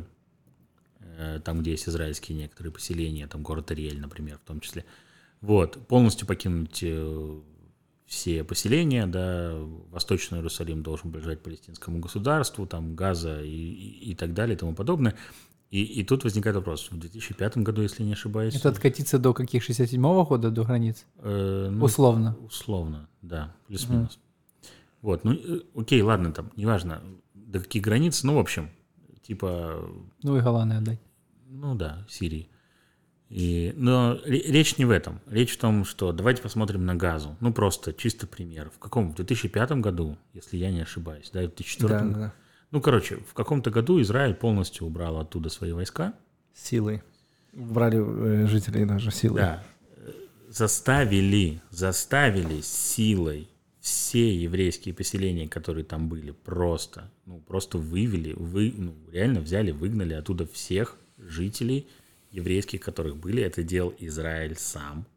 э, там, где есть израильские некоторые поселения, там город Ариэль, например, в том числе, вот, полностью покинуть э, все поселения, да, Восточный Иерусалим должен принадлежать палестинскому государству, там Газа и, и, и так далее и тому подобное. И, и тут возникает вопрос. В две тысячи пятом году, если не ошибаюсь... Это откатиться до каких, шестьдесят седьмого года, до границ? э, ну, Условно. Условно, да, плюс-минус. Вот, ну, э, окей, ладно, там, неважно, до каких границ, ну, в общем, типа... Ну и Голланы отдать. Ну да, Сирии. И, но речь не в этом. Речь в том, что давайте посмотрим на Газу. Ну просто чисто пример. В каком? В две тысячи пятом году, если я не ошибаюсь, да, в две тысячи четвёртом. Да, да. Ну, короче, в каком-то году Израиль полностью убрал оттуда свои войска. Силой. Брали э, жителей даже силой. Да. Заставили, заставили силой все еврейские поселения, которые там были, просто, ну, просто вывели, вы, ну, реально взяли, выгнали оттуда всех жителей еврейских, которых были. Это делал Израиль сам.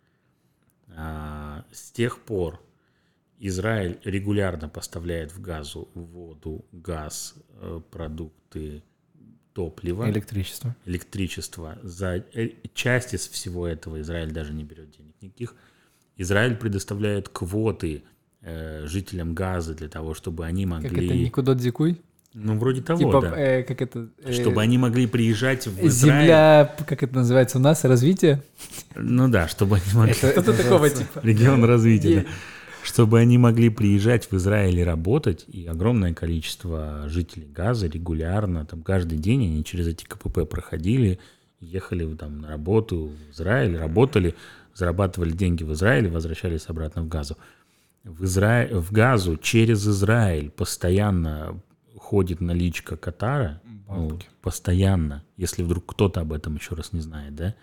А, с тех пор Израиль регулярно поставляет в Газу воду, газ, продукты, топливо. Электричество. Электричество. За часть из всего этого Израиль даже не берет денег никаких. Израиль предоставляет квоты э, жителям Газы для того, чтобы они могли... Как это, никуда дзикуй? Ну, вроде того, типа, да. Э, как это... Э, чтобы они могли приезжать в Израиль. Земля, как это называется у нас, развитие? Ну да, чтобы они могли... Что-то такого типа. Регион развития, да. Чтобы они могли приезжать в Израиль и работать, и огромное количество жителей Газы регулярно, там каждый день они через эти КПП проходили, ехали там на работу в Израиль, работали, зарабатывали деньги в Израиле, возвращались обратно в Газу. В, Изра... в Газу через Израиль постоянно ходит наличка Катара, ну, постоянно, если вдруг кто-то об этом еще раз не знает, да,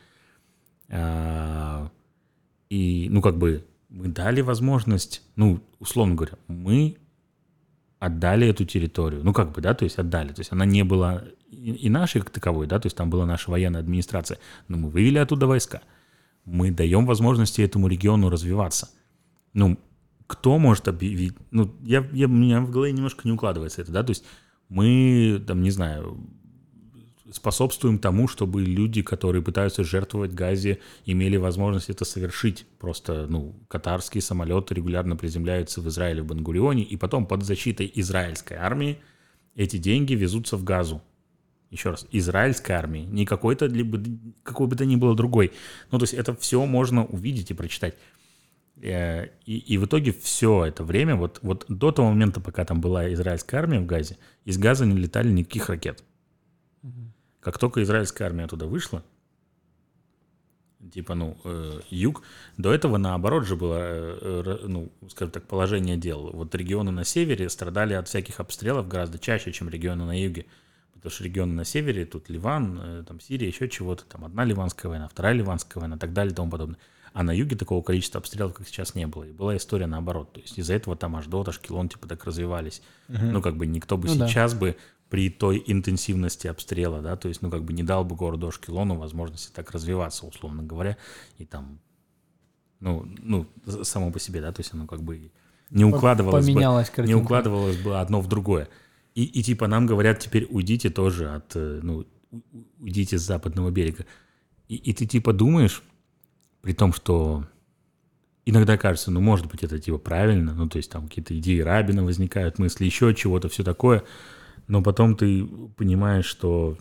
а... и, ну, как бы, мы дали возможность, ну, условно говоря, мы отдали эту территорию, ну, как бы, да, то есть отдали, то есть она не была и, и нашей как таковой, да, то есть там была наша военная администрация, но мы вывели оттуда войска, мы даем возможности этому региону развиваться. Ну, кто может объявить, ну, я, я, у меня в голове немножко не укладывается это, да, то есть мы, там, не знаю, способствуем тому, чтобы люди, которые пытаются жертвовать Газе, имели возможность это совершить. Просто, ну, катарские самолеты регулярно приземляются в Израиле, в Бен-Гурионе, и потом под защитой израильской армии эти деньги везутся в Газу. Еще раз, израильской армии, не какой-то, либо какой бы то ни было другой. Ну, то есть это все можно увидеть и прочитать. И, и в итоге все это время, вот, вот до того момента, пока там была израильская армия в Газе, из Газа не летали никаких ракет. Как только израильская армия туда вышла, типа, ну, э, юг, до этого наоборот же было, э, ну, скажем так, положение дел. Вот регионы на севере страдали от всяких обстрелов гораздо чаще, чем регионы на юге. Потому что регионы на севере, тут Ливан, э, там Сирия, еще чего-то, там одна ливанская война, вторая ливанская война, и так далее и тому подобное. А на юге такого количества обстрелов, как сейчас, не было. И была история наоборот. То есть из-за этого там Ашдод, Ашкелон, типа, так развивались. Угу. Ну, как бы никто бы ну, сейчас да. бы при той интенсивности обстрела, да, то есть, ну, как бы не дал бы городу Ашкелону возможности так развиваться, условно говоря, и там, ну, ну, само по себе, да, то есть оно как бы не укладывалось бы, не укладывалось бы одно в другое. И, и типа нам говорят теперь уйдите тоже от, ну, уйдите с западного берега. И, и ты типа думаешь, при том, что иногда кажется, ну, может быть, это типа правильно, ну, то есть там какие-то идеи Рабина возникают, мысли, еще чего-то, все такое, но потом ты понимаешь, что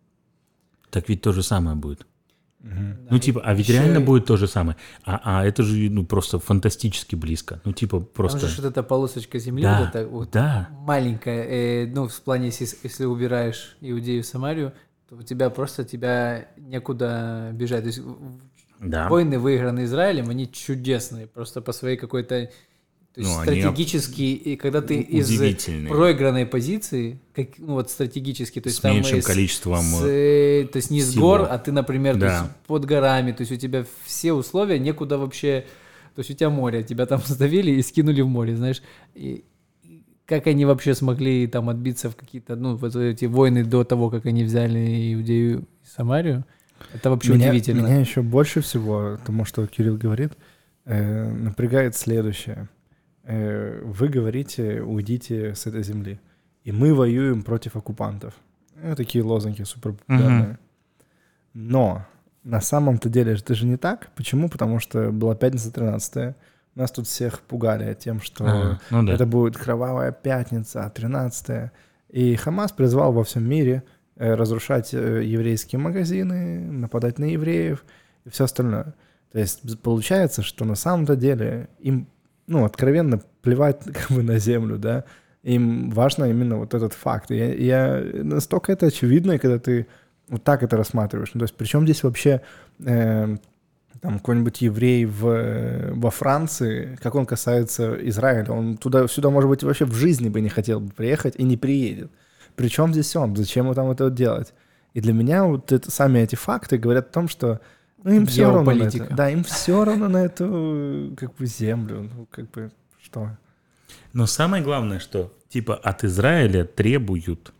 так ведь то же самое будет. Угу. Ну, да, типа, а ведь реально и... будет то же самое. А, а это же, ну, просто фантастически близко. Ну, типа, просто... Там же вот эта полосочка земли, да, вот эта вот да. маленькая, э, ну, в плане, если, если убираешь Иудею, Самарию, то у тебя просто, тебя некуда бежать. То есть да. войны, выигранные Израилем, они чудесные, просто по своей какой-то... То есть ну, стратегически, и когда ты из проигранной позиции, как, ну вот стратегически, то есть с там меньшим с, количеством с, то есть не всего. С гор, а ты, например, да. то есть под горами, то есть у тебя все условия, некуда вообще, то есть у тебя море, тебя там сдавили и скинули в море, знаешь, и, и как они вообще смогли там отбиться в какие-то, ну, вот эти войны до того, как они взяли Иудею и Самарию, это вообще меня, удивительно. Меня еще больше всего, тому, что Кирилл говорит, э, напрягает следующее. Вы говорите, уйдите с этой земли. И мы воюем против оккупантов. Ну, такие лозунги супер популярные. Uh-huh. Но на самом-то деле это же не так. Почему? Потому что была пятница тринадцатая. Нас тут всех пугали тем, что uh-huh. ну, да. это будет кровавая пятница, тринадцатая. И Хамас призвал во всем мире разрушать еврейские магазины, нападать на евреев и все остальное. То есть получается, что на самом-то деле им ну, откровенно плевать как бы на землю, да, Им важно именно вот этот факт. И я, я, настолько это очевидно, когда ты вот так это рассматриваешь. Ну, то есть причем здесь вообще э, там какой-нибудь еврей в, во Франции, как он касается Израиля, он туда-сюда, может быть, вообще в жизни бы не хотел бы приехать и не приедет. Причем здесь он? Зачем ему там это делать? И для меня вот это, сами эти факты говорят о том, что ну, им все равно на это. Да, им все равно на эту как бы землю. Ну, как бы что? Но самое главное, что типа от Израиля требуют,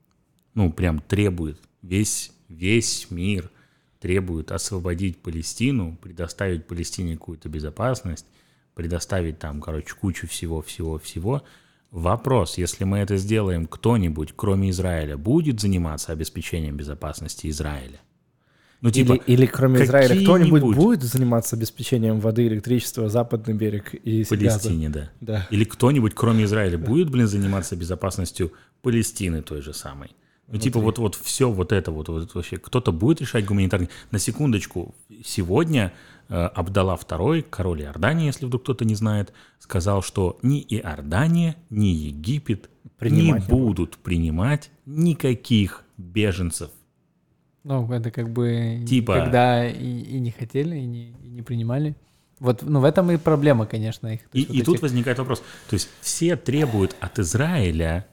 ну прям требуют, весь, весь мир требует освободить Палестину, предоставить Палестине какую-то безопасность, предоставить там, короче, кучу всего-всего-всего. Вопрос, если мы это сделаем, кто-нибудь, кроме Израиля, будет заниматься обеспечением безопасности Израиля? Ну, типа, или, или кроме Израиля кто-нибудь будет заниматься обеспечением воды, электричества, западный берег и Палестине, да. да. Или кто-нибудь, кроме Израиля, будет, блин, заниматься безопасностью Палестины той же самой? Ну, Внутри. типа, вот, вот все вот это вот, вот вообще, кто-то будет решать гуманитарный... На секундочку, сегодня э, Абдалла второй, король Иордании, если вдруг кто-то не знает, сказал, что ни Иордания, ни Египет принимать не будут не принимать никаких беженцев. Ну, это как бы типа... никогда и, и не хотели, и не, и не принимали. Вот, ну, в этом и проблема, конечно, их. И, вот и этих... тут возникает вопрос. То есть все требуют от Израиля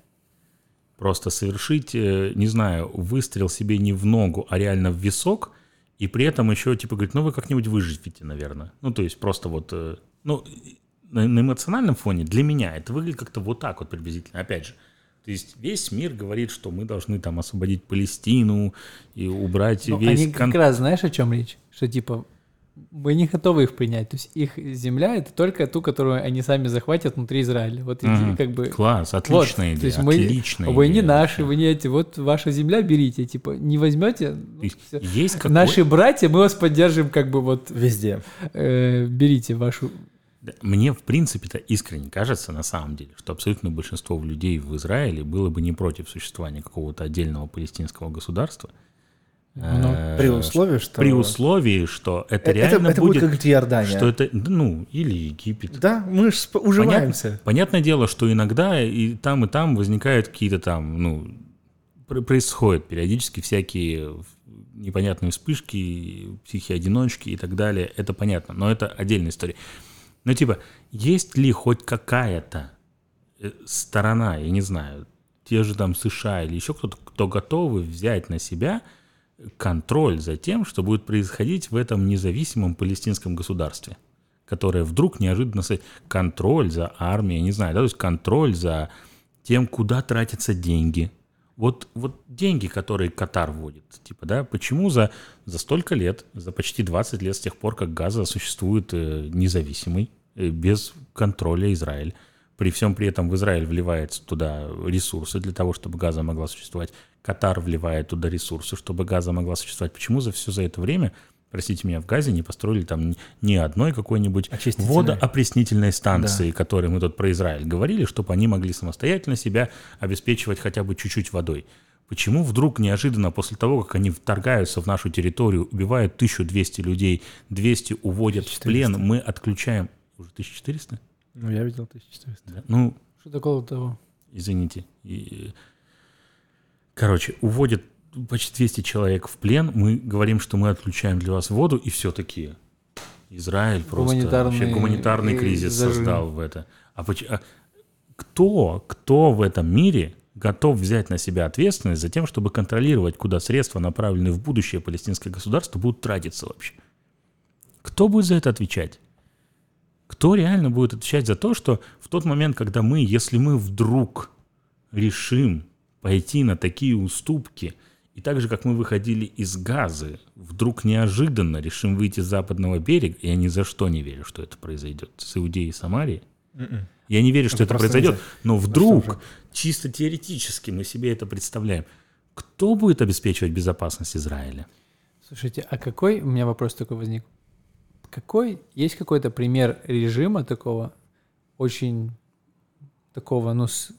просто совершить, не знаю, выстрел себе не в ногу, а реально в висок, и при этом еще, типа, говорит, ну, вы как-нибудь выживете, наверное. Ну, то есть просто вот, ну, на, на эмоциональном фоне для меня это выглядит как-то вот так вот приблизительно. Опять же, то есть весь мир говорит, что мы должны там освободить Палестину и убрать ну, весь... Они кон... как раз, знаешь, о чем речь? Что типа мы не готовы их принять. То есть их земля — это только ту, которую они сами захватят внутри Израиля. Вот mm-hmm. как бы... Класс, отличная вот, идея, то есть мы, отличная вы идея. не наши, вы не эти, вот ваша земля берите. Типа не возьмете, ну, есть какой... наши братья, мы вас поддержим как бы вот... Везде. Э, берите вашу... Мне, в принципе-то, искренне кажется, на самом деле, что абсолютно большинство людей в Израиле было бы не против существования какого-то отдельного палестинского государства. Но при условии, что... При условии, что это, это это, реально это будет... будет как Иордания. Что это, ну, или Египет. Да, мы же уживаемся. Понятно, понятное дело, что иногда и там, и там возникают какие-то там, ну, происходят периодически всякие непонятные вспышки, психи-одиночки и так далее. Это понятно, но это отдельная история. Ну, типа, есть ли хоть какая-то сторона, я не знаю, те же там США или еще кто-то, кто готовы взять на себя контроль за тем, что будет происходить в этом независимом палестинском государстве, которое вдруг неожиданно... Контроль за армией, я не знаю, да, то есть контроль за тем, куда тратятся деньги. Вот, вот деньги, которые Катар вводит, типа, да, почему за, за столько лет, за почти двадцать лет с тех пор, как Газа существует э, независимый, э, без контроля Израиль, при всем при этом в Израиль вливается туда ресурсы для того, чтобы Газа могла существовать, Катар вливает туда ресурсы, чтобы Газа могла существовать. Почему за все за это время, простите меня, в Газе не построили там ни одной какой-нибудь водоопреснительной станции, да. Которые мы тут про Израиль говорили, чтобы они могли самостоятельно себя обеспечивать хотя бы чуть-чуть водой. Почему вдруг неожиданно после того, как они вторгаются в нашу территорию, убивают тысячу двести людей, двести уводят тысяча четыреста в плен, мы отключаем... Уже тысяча четыреста? Ну, я видел тысяча четыреста. Да? Ну, что такого того? Извините. И... Короче, уводят почти двести человек в плен, мы говорим, что мы отключаем для вас воду, и все такие. Израиль просто гуманитарный, вообще гуманитарный кризис зажим. Создал в это. А, а кто, кто в этом мире готов взять на себя ответственность за тем, чтобы контролировать, куда средства, направленные в будущее палестинское государство, будут тратиться вообще? Кто будет за это отвечать? Кто реально будет отвечать за то, что в тот момент, когда мы, если мы вдруг решим пойти на такие уступки, и так же, как мы выходили из Газы, вдруг неожиданно решим выйти с западного берега, я ни за что не верю, что это произойдет с Иудеей и Самарией. Mm-mm. Я не верю, что это, это произойдет, но вдруг, чисто теоретически мы себе это представляем. Кто будет обеспечивать безопасность Израиля? Слушайте, а какой, у меня вопрос такой возник, какой, есть какой-то пример режима такого, очень такого, ну, с...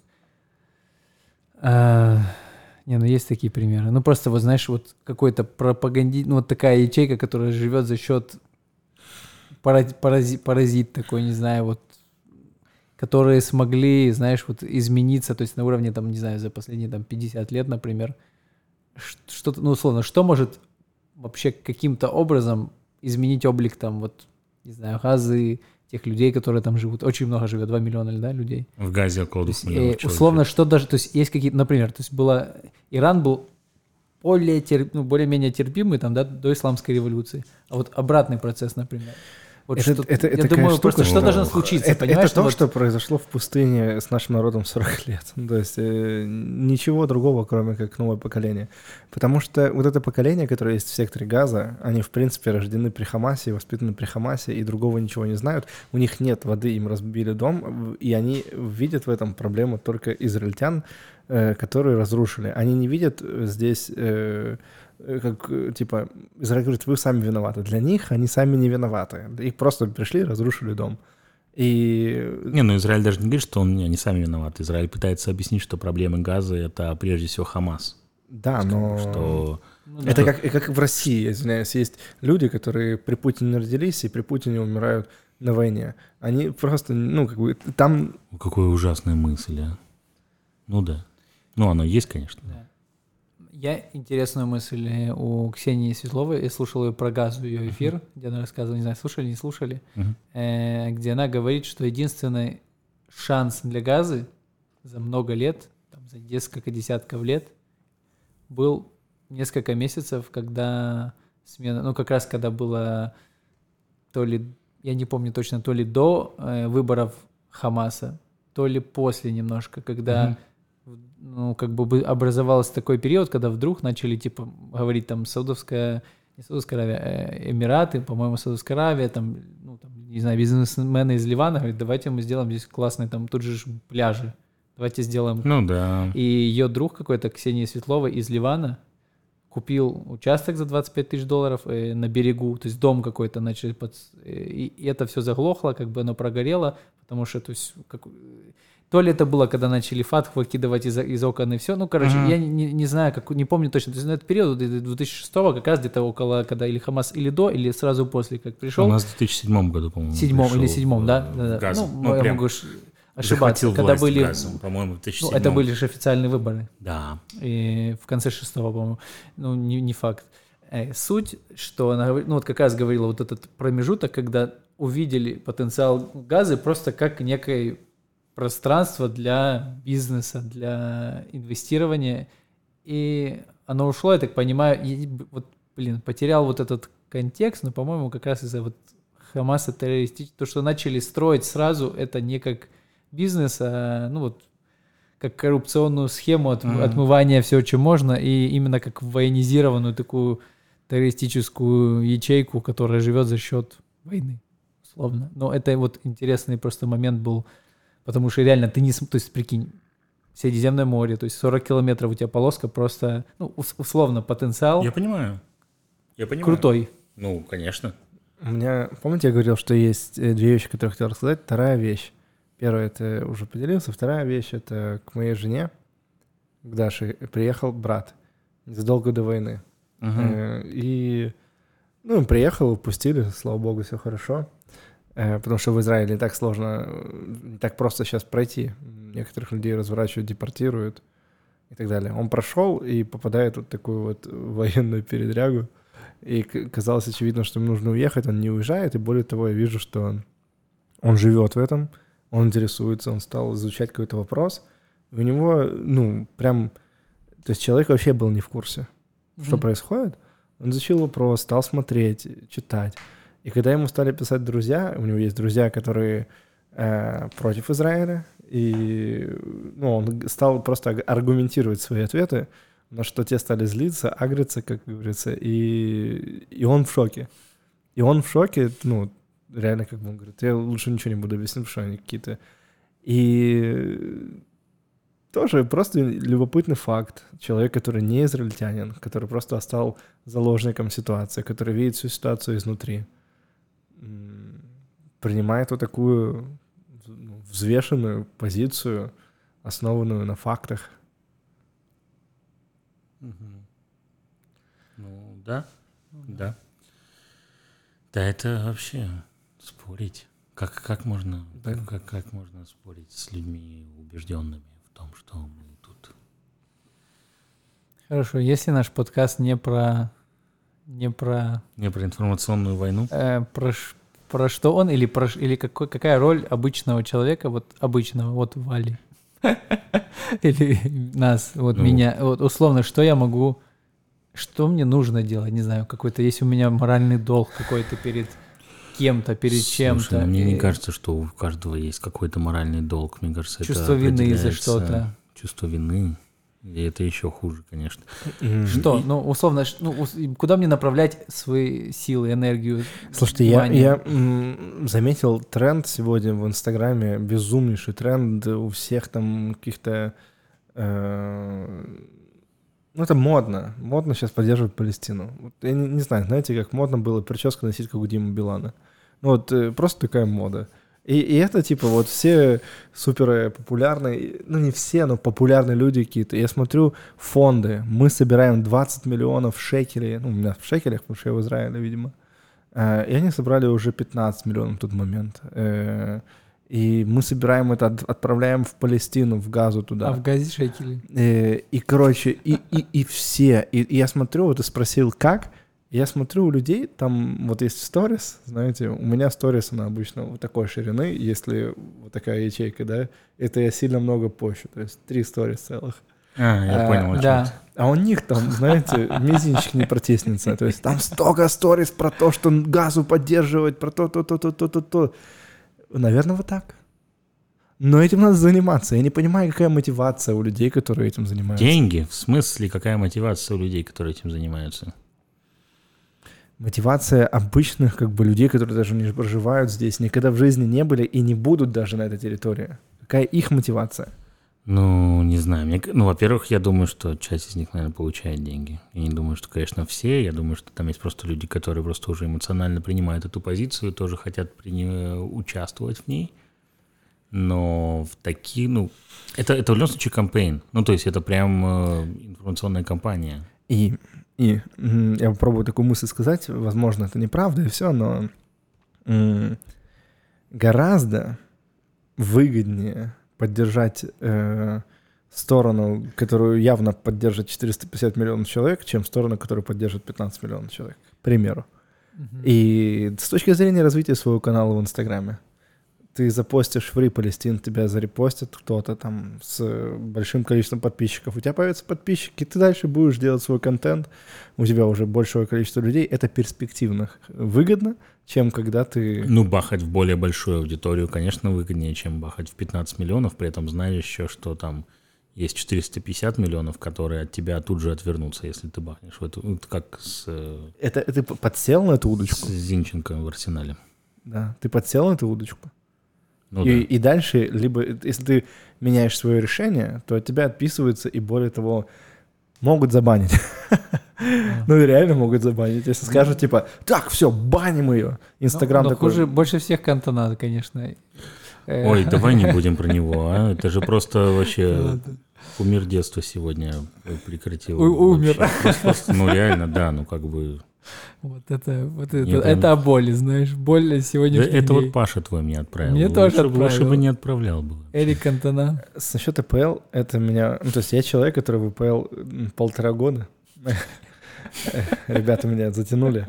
А, не, ну есть такие примеры. Ну просто вот знаешь, вот какой-то пропаганди, ну вот такая ячейка, которая живет за счет паразит, паразит, паразит такой, не знаю, вот, которые смогли, знаешь, вот измениться, то есть на уровне, там, не знаю, за последние там пятьдесят лет, например, что-то, ну, условно, что может вообще каким-то образом изменить облик там, вот, не знаю, Газы, тех людей, которые там живут. Очень много живет, два миллиона, да, людей. В Газе около двух миллионов человек. Условно, что даже, то есть есть какие-то, например, то есть было, Иран был более терп, ну, более-менее терпимый там, да, до исламской революции. А вот обратный процесс, например. Вот это, что, это, я это думаю, штука, просто что что должно случиться, это, понимаешь? Это то, вот... что произошло в пустыне с нашим народом сорок лет. То есть э, ничего другого, кроме как новое поколение. Потому что вот это поколение, которое есть в секторе Газа, они, в принципе, рождены при Хамасе, воспитаны при Хамасе, и другого ничего не знают. У них нет воды, им разбили дом, и они видят в этом проблему только израильтян, э, которые разрушили. Они не видят здесь... Э, как, типа, Израиль говорит, вы сами виноваты. Для них они сами не виноваты. Их просто пришли и разрушили дом. И... Не, ну Израиль даже не говорит, что он, не, они сами виноваты. Израиль пытается объяснить, что проблемы Газа — это прежде всего Хамас. Да, есть, но... Что... Это что... как, как в России, извиняюсь. Есть люди, которые при Путине родились и при Путине умирают на войне. Они просто, ну, как бы, там... Какая ужасная мысль, а. Ну да. Ну, оно есть, конечно. Да. Я интересную мысль у Ксении Светловой, я слушал ее про Газу, ее эфир, uh-huh. где она рассказывала, не знаю, слушали, не слушали, uh-huh. э, где она говорит, что единственный шанс для Газы за много лет, там, за несколько десятков лет, был несколько месяцев, когда смена, ну как раз когда было то ли, я не помню точно, то ли до э, выборов Хамаса, то ли после немножко, когда... Uh-huh. Ну, как бы образовался такой период, когда вдруг начали, типа, говорить там Саудовская, не Саудовская Аравия, а Эмираты, по-моему, Саудовская Аравия, там, ну, там, не знаю, бизнесмены из Ливана говорят, давайте мы сделаем здесь классные, там, тут же пляжи, давайте сделаем. Ну, да. И ее друг какой-то, Ксения Светлова из Ливана, купил участок за двадцать пять тысяч долларов э, на берегу, то есть дом какой-то начали, под... и, и это все заглохло, как бы оно прогорело, потому что, то есть, как... То ли это было, когда начали фатх выкидывать из, из окон и все. Ну, короче, uh-huh. я не, не знаю, как, не помню точно. То есть на этот период, две тысячи шестого, как раз где-то около, когда или Хамас, или до, или сразу после, как пришел. У нас в две тысячи седьмом году, по-моему. Седьмом или седьмом, да? В Газу. Ну, ну, я прям могу ошибаться. Когда были, Газом, по-моему, в две тысячи седьмом. Ну, это были же официальные выборы. Да. И в конце шестого, по-моему. Ну, не, не факт. Суть, что она говорит, ну, вот как раз говорила, вот этот промежуток, когда увидели потенциал Газы просто как некой пространство для бизнеса, для инвестирования, и оно ушло, я так понимаю, и, вот, блин, потерял вот этот контекст, но, по-моему, как раз из-за вот Хамаса террористического, то, что начали строить сразу, это не как бизнес, а, ну, вот, как коррупционную схему от, mm-hmm. отмывания всего, чем можно, и именно как военизированную такую террористическую ячейку, которая живет за счет войны, условно. Но это вот интересный просто момент был. Потому что реально ты не... То есть, прикинь, Средиземное море, то есть сорок километров у тебя полоска просто... Ну, условно, потенциал... Я понимаю. Я понимаю. Крутой. Ну, конечно. У меня... Помните, я говорил, что есть две вещи, которые хотел рассказать? Вторая вещь. Первая — это уже поделился. Вторая вещь — это к моей жене, к Даше, приехал брат незадолго до войны. Uh-huh. И... Ну, он приехал, пустили, слава богу, все хорошо. Потому что в Израиле не так сложно, не так просто сейчас пройти. Некоторых людей разворачивают, депортируют и так далее. Он прошел и попадает в вот такую вот военную передрягу. И казалось очевидно, что ему нужно уехать, он не уезжает. И более того, я вижу, что он, он живет в этом, он интересуется, он стал изучать какой-то вопрос. И у него, ну, прям... То есть человек вообще был не в курсе, mm-hmm. что происходит. Он изучил вопрос, стал смотреть, читать. И когда ему стали писать друзья, у него есть друзья, которые э, против Израиля, и ну, он стал просто аргументировать свои ответы, на что те стали злиться, агриться, как говорится, и, и он в шоке. И он в шоке, ну, реально, как бы он говорит, я лучше ничего не буду объяснять, потому что они какие-то... И тоже просто любопытный факт. Человек, который не израильтянин, который просто стал заложником ситуации, который видит всю ситуацию изнутри, принимает вот такую взвешенную позицию, основанную на фактах. Mm-hmm. Ну, да, да. Да, это вообще спорить. Как, как, можно, Да. как, как, как можно спорить с людьми, убежденными в том, что мы тут... Хорошо, если наш подкаст не про... Не про... Не про информационную войну. э, про, ш- про что он, или, про, ш- или какой, какая роль обычного человека, вот обычного, вот Вали, или нас, вот Ну. меня, вот условно, что я могу, что мне нужно делать, не знаю, какой-то, если у меня моральный долг какой-то перед кем-то, перед Слушай, чем-то. ну, мне не э, кажется, что у каждого есть какой-то моральный долг. Мне кажется, Чувство это вины за определяется- что-то. Чувство вины. И это еще хуже, конечно. Что? И- Ну, условно, ш- ну, ус- куда мне направлять свои силы, энергию? Слушайте, я, внимание? я м, заметил тренд сегодня в Инстаграме, безумнейший тренд у всех там каких-то... э, ну, это модно. Модно сейчас поддерживать Палестину. Вот я не, не знаю, знаете, как модно было прическу носить, как у Димы Билана. Ну, вот э, просто такая мода. И, и это, типа, вот все супер популярные, ну, не все, но популярные люди какие-то. Я смотрю фонды. Мы собираем двадцать миллионов шекелей. Ну, у меня в шекелях, потому что я в Израиле, видимо. Э, И они собрали уже пятнадцать миллионов в тот момент. Э, И мы собираем это, от- отправляем в Палестину, в Газу туда. А в газе шекели? Э, И, короче, и, и, и все. И, и я смотрю, вот ты спросил, как? И я смотрю у людей, там вот есть сторис, знаете, у меня сторис, она обычно вот такой ширины, если вот такая ячейка, да, это я сильно много пощу, то есть три сторис целых. А, я А, понял, о чем Да. ты. А у них там, знаете, мизинчик не протеснется. То есть там столько сторис про то, что Газу поддерживать, про то, то, то, то, то, то, то. Наверное, вот так. Но этим надо заниматься. Я не понимаю, какая мотивация у людей, которые этим занимаются. Деньги? В смысле, какая мотивация у людей, которые этим занимаются? Мотивация обычных как бы людей, которые даже не проживают здесь, никогда в жизни не были и не будут даже на этой территории. Какая их мотивация? Ну, не знаю. Мне, к- ну, во-первых, я думаю, что часть из них, наверное, получает деньги. Я не думаю, что, конечно, все. Я думаю, что там есть просто люди, которые просто уже эмоционально принимают эту позицию, тоже хотят прини- участвовать в ней. Но в такие, ну, это, это в любом случае кампейн. Ну, то есть это прям э, информационная кампания. И, и м, я попробую такую мысль сказать, возможно, это неправда и все, но м, гораздо выгоднее поддержать э, сторону, которую явно поддержит четыреста пятьдесят миллионов человек, чем сторону, которую поддержит пятнадцать миллионов человек, к примеру. Мгм. И с точки зрения развития своего канала в Инстаграме, ты запостишь Free Palestine, тебя зарепостит кто-то там с большим количеством подписчиков, у тебя появятся подписчики, ты дальше будешь делать свой контент, у тебя уже большое количество людей, это перспективно выгодно, чем когда ты... Ну, бахать в более большую аудиторию, конечно, выгоднее, чем бахать в пятнадцать миллионов, при этом зная еще, что там есть четыреста пятьдесят миллионов, которые от тебя тут же отвернутся, если ты бахнешь в эту... ну, это как с, э, Это, ты подсел на эту с удочку? Зинченко в Арсенале. Да, ты подсел на эту удочку? Ну, и, да. и дальше, либо если ты меняешь свое решение, то от тебя отписываются и, более того, могут забанить. Ну и реально могут забанить. Если скажут, типа, так, все, баним ее. Инстаграм Но- но такой... хуже, больше всех Кантона, конечно. Э, Ой, давай не будем про него, а? Это же просто вообще кумир детства сегодня прекратил. У- умер. вообще. Просто- просто, ну реально, да, ну как бы... Вот это, вот это, Не, прям- это о боли, знаешь, боль Да сегодняшних это дней. вот Паша твой мне отправил. Мне Лучше тоже бы- Лучше отправил. бы не отправлял бы. Эрик Кантона. С насчет АПЛ, это меня... Ну, то есть я человек, который в АПЛ м, полтора года. Ребята меня затянули.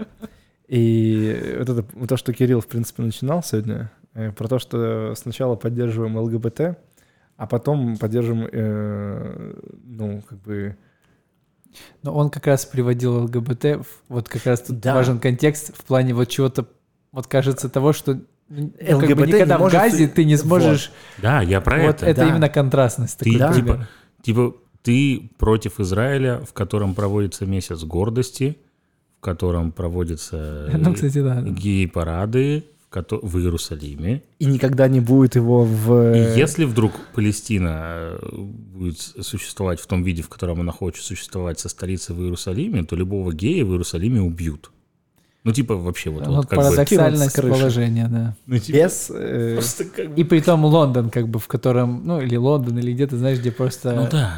И вот это, вот то, что Кирилл, в принципе, начинал сегодня, э, про то, что сначала поддерживаем ЛГБТ, а потом поддерживаем, э, ну, как бы... Но он как раз приводил ЛГБТ, в- вот как раз тут Да. важен контекст в плане вот чего-то, вот кажется того, что ну, как бы ЛГБТ никогда не в может- газе ты не сможешь... Да, я про Вот это. это да. именно контрастность. Ты такой типа, пример. типа ты против Израиля, в котором проводится месяц гордости, в котором проводятся Ну, кстати, да. гей-парады в, кото- в Иерусалиме. И никогда не будет его в... И если вдруг Палестина э, будет существовать в том виде, в котором она хочет существовать со столицей вИерусалиме, то любого гея в Иерусалиме убьют. Ну, типа, вообще вот, Ну, вот как бы... парадоксальность Скинут с крыши. положения, да. Ну, типа, Без... э, просто как бы- И при том Лондон, как бы, в котором, ну, или Лондон, или где-то, знаешь, где просто Ну да.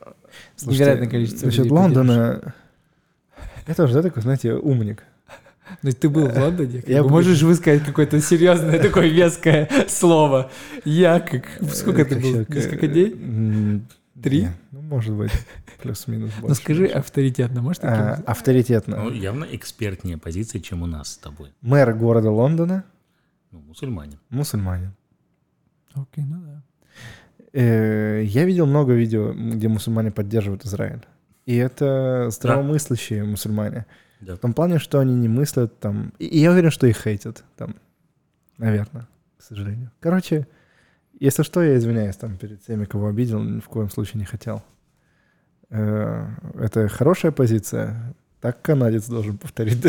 слушайте, невероятное количество насчет людей Лондона... Я тоже, да, такой, знаете, умник. Ну, ты был в Лондоне? Я был. Можешь высказать какое-то серьезное такое веское слово? Я как... Сколько ты был? Несколько дней? М, Три? не, Ну, может быть, плюс-минус больше. Ну, скажи авторитетно, можешь таким? А, авторитетно. Ну, явно экспертнее позиция, чем у нас с тобой. Мэр города Лондона Ну, мусульманин. мусульманин. Окей, ну да. Э, Я видел много видео, где мусульмане поддерживают Израиль. И это здравомыслящие мусульмане. Да. В том плане, что они не мыслят там... И и я уверен, что их хейтят там. Наверное, к сожалению. Короче, если что, я извиняюсь там перед всеми, кого обидел, ни в коем случае не хотел. Э, Это хорошая позиция. Так канадец должен повторить.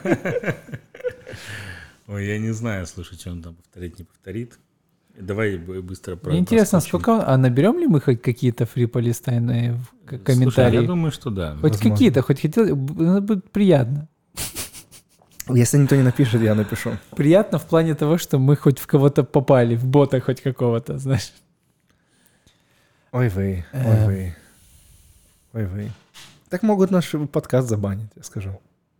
Ой, я не знаю, слушай, что он там повторит, не повторит. Давай б- быстро про. Мне интересно, проскочим. сколько... А наберем ли мы хоть какие-то фри-палестайные в- к- Слушай, комментарии? я думаю, что да. Хоть возможно. какие-то, хоть хотел... б- Это будет приятно. Если никто не напишет, я напишу. Приятно в плане того, что мы хоть в кого-то попали, в бота хоть какого-то, знаешь. Ой вы, ой Э. вы. Ой вы. Так могут наш подкаст забанить, я скажу.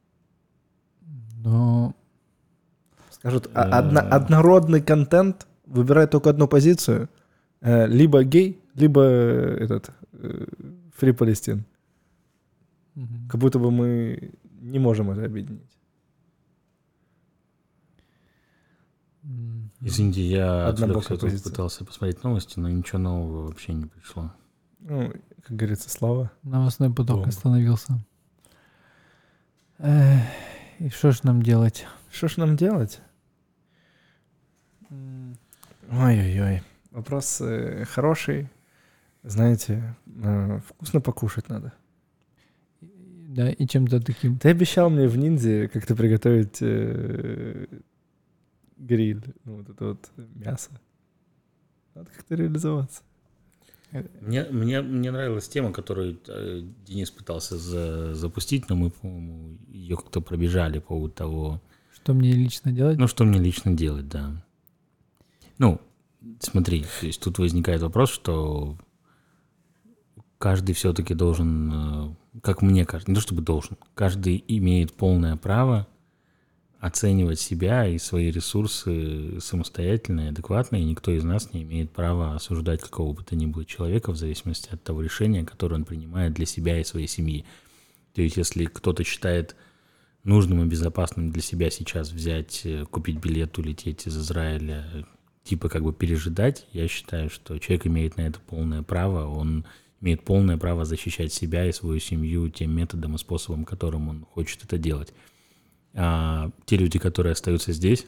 Ну, Скажут, а- Э. одно- однородный контент выбирает только одну позицию. Э, Либо гей, либо э, этот Фри Палестин. мгм. Как будто бы мы не можем это объединить. М, Извините, я Однобокая отвлекся, тут позиция. пытался посмотреть новости, но ничего нового вообще не пришло. Ну, как говорится, слава. Новостной поток Бомба. остановился. Эх, и что ж нам делать? Что ж нам делать? Ой-ой-ой. Вопрос э, хороший. Знаете, э, вкусно покушать надо. Да, и чем-то таким. Ты обещал мне в ниндзе как-то приготовить э, гриль, ну, вот это вот мясо. Надо как-то реализоваться. Мне, мне, мне нравилась тема, которую э, Денис пытался за- запустить, но мы, по-моему, ее как-то пробежали по поводу того, Что мне лично делать? ну, что мне лично делать, да. Ну, смотри, то есть тут возникает вопрос, что каждый все-таки должен, э, как мне кажется, не то чтобы должен, каждый имеет полное право оценивать себя и свои ресурсы самостоятельно и адекватно, и никто из нас не имеет права осуждать какого бы то ни было человека в зависимости от того решения, которое он принимает для себя и своей семьи. То есть если кто-то считает нужным и безопасным для себя сейчас взять, э, купить билет, улететь из Израиля, э, типа как бы пережидать, я считаю, что человек имеет на это полное право, он имеет полное право защищать себя и свою семью тем методом и способом, которым он хочет это делать. А те люди, которые остаются здесь,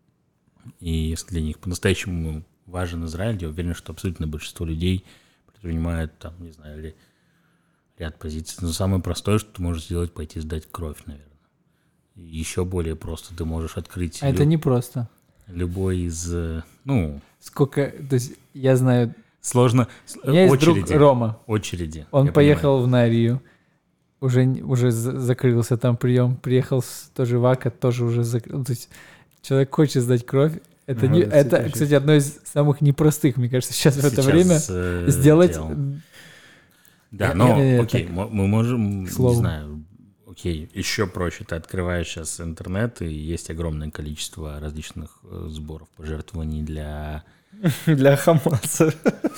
и если для них по-настоящему важен Израиль, я уверен, что абсолютно большинство людей предпринимают, там, не знаю, ли, ряд позиций. Но самое простое, что ты можешь сделать, пойти сдать кровь, наверное. И еще более просто, ты можешь открыть А это лю- не просто. любой из, э, ну, Сколько... То есть я знаю... сложно, с- У меня есть очереди, друг Рома. очереди. Он я поехал в Нарию. Уже, н- уже за- закрылся там прием. Приехал с, тоже в Ака, тоже уже закрыл. То есть человек хочет сдать кровь. Это, Ну, не, это это действительно. кстати, одно из самых непростых, мне кажется, сейчас, в это Сейчас, время э, сделать... дел. Да, Я- но, я- я окей, так, мо- мы можем, к слову. не знаю, окей, еще проще. Ты открываешь сейчас интернет, и есть огромное количество различных э, сборов пожертвований для... Для Хамаса.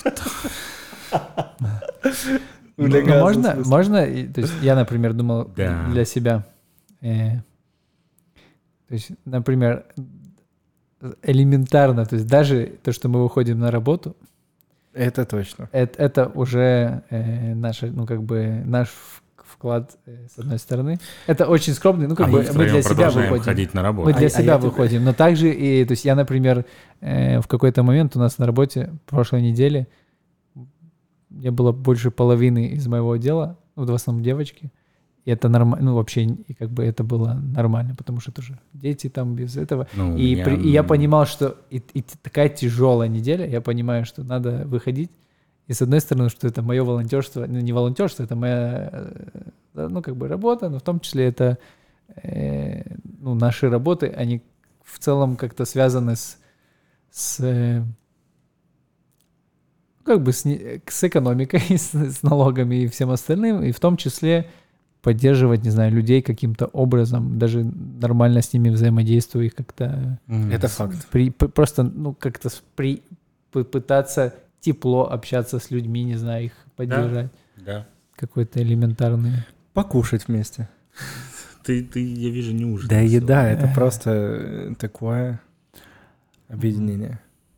Ну, Для ну, газа, в можно, смысле. можно, и- то есть я, например, думал Да. для себя, э, то есть, например, элементарно, то есть даже то, что мы выходим на работу, Это точно. это, это уже э, наша, ну как бы наш в- вклад э, с одной стороны. Это очень скромный, ну как А бы мы мы втроем для себя продолжаем выходим. ходить на работу. Мы для А- а себя я тебе- выходим, но также и, то есть я, например, э, в какой-то момент у нас на работе в прошлой неделе не было больше половины из моего отдела, ну, в основном девочки, и это нормально, ну вообще, и как бы это было нормально, потому что тоже дети там без этого. Ну, у И, меня, при- и я м, понимал, что и, и т- такая тяжелая неделя, я понимаю, что надо выходить. И с одной стороны, что это мое волонтерство, ну не волонтерство, это моя, э, ну как бы работа, но в том числе это э, ну, наши работы, они в целом как-то связаны с, с э, как бы с, не- с экономикой, с, с налогами и всем остальным, и в том числе поддерживать, не знаю, людей каким-то образом, даже нормально с ними взаимодействуя, их как-то... Это факт. При, просто, ну, как-то при, попытаться тепло общаться с людьми, не знаю, их поддержать. Да. да. Какой-то элементарный. Покушать вместе. Ты, ты, я вижу, не ужин. Да, еда — это просто такое объединение.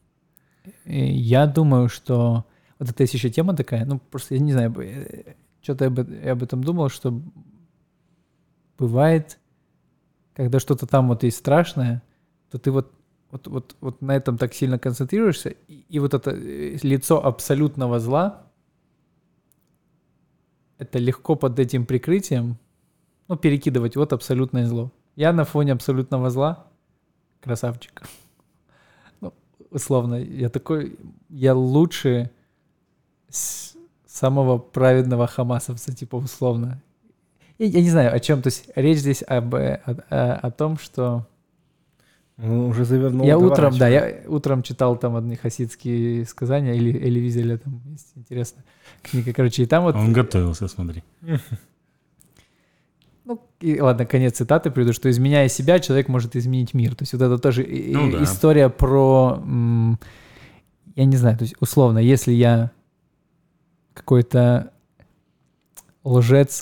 Я думаю, что... Вот это есть еще тема такая, ну, просто, я не знаю, что-то я об, я об этом думал, что бывает, когда что-то там вот есть страшное, то ты вот, вот, вот, вот на этом так сильно концентрируешься, и, и вот это лицо абсолютного зла, это легко под этим прикрытием, ну, перекидывать вот абсолютное зло. Я на фоне абсолютного зла красавчик. Ну, условно, я такой, я лучше самого праведного хамасовца, типа, условно. Я, я не знаю, о чем. То есть речь здесь об, о, о, о том, что... Ну, уже завернул. Я утром, да, я утром читал там одни хасидские сказания, или Эли Визеля, там есть интересная книга, короче, и там вот... Он готовился, смотри. Ну, и, ладно, конец цитаты приведу, что изменяя себя, человек может изменить мир. То есть вот это тоже ну, и, да. история про... М, я не знаю, то есть условно, если я какой-то лжец,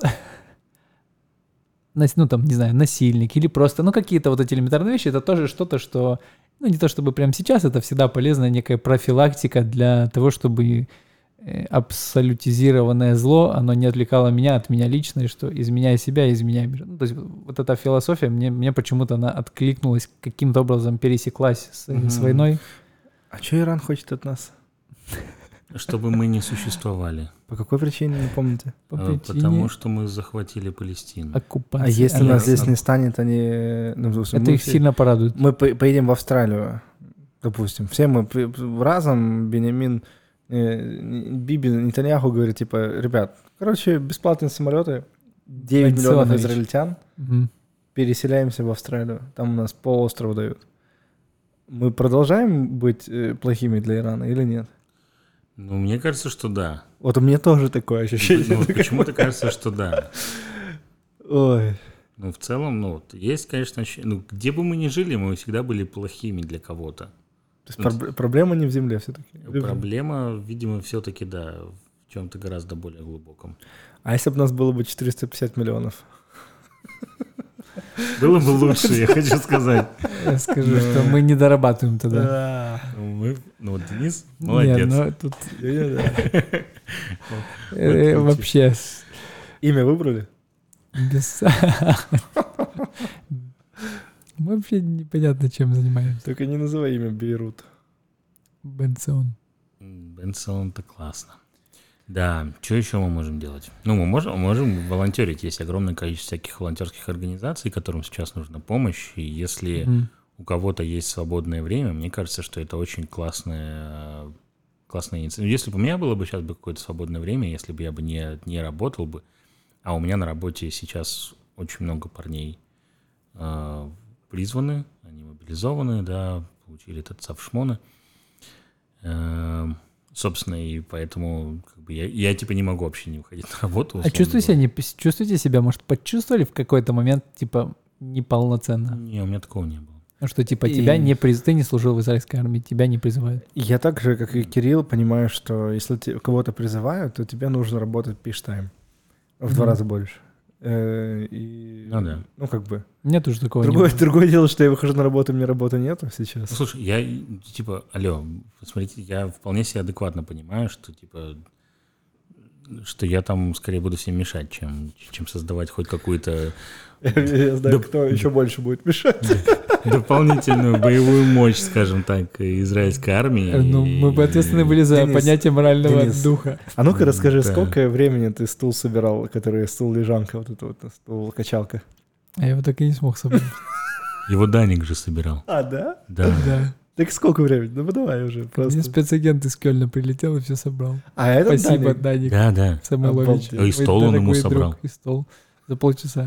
ну там, не знаю, насильник или просто, ну какие-то вот эти элементарные вещи, это тоже что-то, что, ну не то чтобы прямо сейчас, это всегда полезная некая профилактика для того, чтобы абсолютизированное зло, оно не отвлекало меня от меня лично, и что изменяя себя, изменяя мир. Ну, то есть вот эта философия, мне, мне почему-то она откликнулась, каким-то образом пересеклась с, mm-hmm. с войной. А что Иран хочет от нас? Чтобы мы не существовали. По какой причине, не помните? По причине... Потому что мы захватили Палестину. Оккупация. А если а нас здесь не станет, они... Ну, это их все... сильно порадует. Мы по- поедем в Австралию, допустим. Все мы разом, Бенямин, э, Биби, Нетаньяху говорит, типа, ребят, короче, бесплатные самолеты, девять миллионов израильтян, угу. переселяемся в Австралию. Там у нас полуостров дают. Мы продолжаем быть э, плохими для Ирана или нет? Ну, мне кажется, что да. Вот у меня тоже такое ощущение. Ну, почему-то кажется, что да. Ой. Ну, в целом, ну, вот, есть, конечно, ощущение, ну, где бы мы ни жили, мы всегда были плохими для кого-то. То есть ну, пр- проблема не в земле все-таки? Проблема, видимо, все-таки, да, в чем-то гораздо более глубоком. А если бы у нас было бы четыреста пятьдесят миллионов? Было бы лучше, я хочу сказать. Я скажу, что мы не дорабатываем тогда. Мы, ну, вот Денис молодец. Не, ну тут... Вообще... Имя выбрали? Без... Мы вообще непонятно, чем занимаемся. Только не называй имя Бейрут. Бенсон. Бенсон — это классно. Да, что еще мы можем делать? Ну, мы можем, можем волонтерить. Есть огромное количество всяких волонтерских организаций, которым сейчас нужна помощь. И если mm. у кого-то есть свободное время, мне кажется, что это очень классная, классная инициатива. Если бы у меня было бы сейчас бы какое-то свободное время, если бы я бы не, не работал бы, а у меня на работе сейчас очень много парней э, призваны, они мобилизованы, да, получили этот совшмоны. Э, Собственно, и поэтому как бы, я, я типа не могу вообще не выходить на работу. А чувствуете себя, не, чувствуете себя, может, почувствовали в какой-то момент, типа, неполноценно? Не, у меня такого не было. Ну, что, типа, и... тебя не приз... ты не служил в израильской армии, тебя не призывают. Я так же, как и Кирилл, понимаю, что если кого-то призывают, то тебе нужно работать пиш-тайм. В mm-hmm. два раза больше. И, ну да. Ну, как бы. Нет уже такого. Другое, другое дело, что я выхожу на работу, у меня работы нету сейчас. Ну, слушай, я, типа, алло, смотрите, я вполне себе адекватно понимаю, что, типа, что я там скорее буду всем мешать, чем, чем создавать хоть какую-то... Я знаю, кто еще больше будет мешать. Дополнительную боевую мощь, скажем так, израильской армии. Ну, мы бы ответственны были за понятие морального духа. А ну-ка расскажи, сколько времени ты стул собирал, который стул-лежанка, вот это вот, стул-качалка? А я его так и не смог собрать. Его Даник же собирал. А, да? Да. Да. Так сколько времени? Ну, давай уже просто. Мне спецагент из Кёльна прилетел и все собрал. А это Спасибо, Даник. Да, да. Самойлович. И стол он ему собрал. И стол. За полчаса.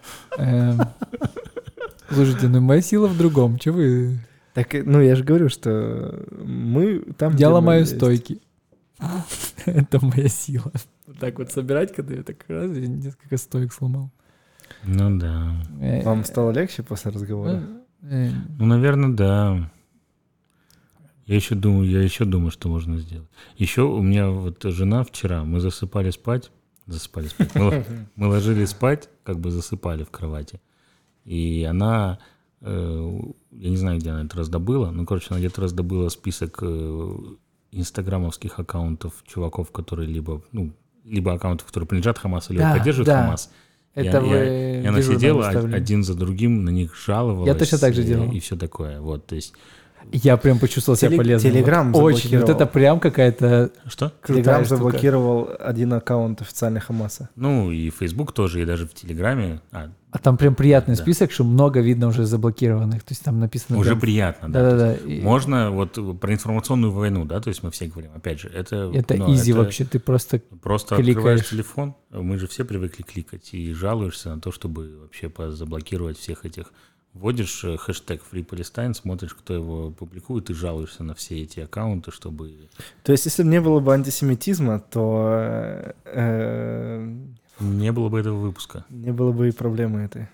Слушайте, ну моя сила в другом. Че вы... Так, ну я же говорю, что мы там... Я ломаю стойки. Это моя сила. так вот собирать, когда я так раз и несколько стоек сломал. Ну да. Вам стало легче после разговора? Ну, наверное, да. Я еще думаю, я еще думаю, что можно сделать. Еще у меня вот жена вчера, мы засыпали спать, засыпали спать, мы, мы ложились спать, как бы засыпали в кровати, и она, э, я не знаю, где она это раздобыла, ну, короче, она где-то раздобыла список э, инстаграмовских аккаунтов чуваков, которые либо, ну, либо аккаунтов, которые принадлежат Хамасу, либо Да, поддерживают да. Хамас. Это и, вы и, и она дежурно сидела выставили. один за другим, на них жаловалась. Я точно так же и, делал. И все такое, вот, то есть... Я прям почувствовал себя Теле- полезным. Телеграм Вот очень. Вот заблокировал. это прям какая-то Что? крутая Телеграм штука. заблокировал один аккаунт официальный Хамаса. Ну, и Facebook тоже, и даже в Телеграме. А, А там прям приятный Да. список, что много видно уже заблокированных. То есть там написано... уже прям- приятно, да. Да-да-да. То есть И- Можно вот про информационную войну, да, то есть мы все говорим, опять же, это... Это ну, изи это вообще, ты просто... Просто кликаешь. открываешь телефон, мы же все привыкли кликать, и жалуешься на то, чтобы вообще заблокировать всех этих... Вводишь э, хэштег Free Palestine, смотришь, кто его публикует, и жалуешься на все эти аккаунты, чтобы... То есть, если бы не было бы антисемитизма, то э, э, Не было бы этого выпуска. не было бы и проблемы этой.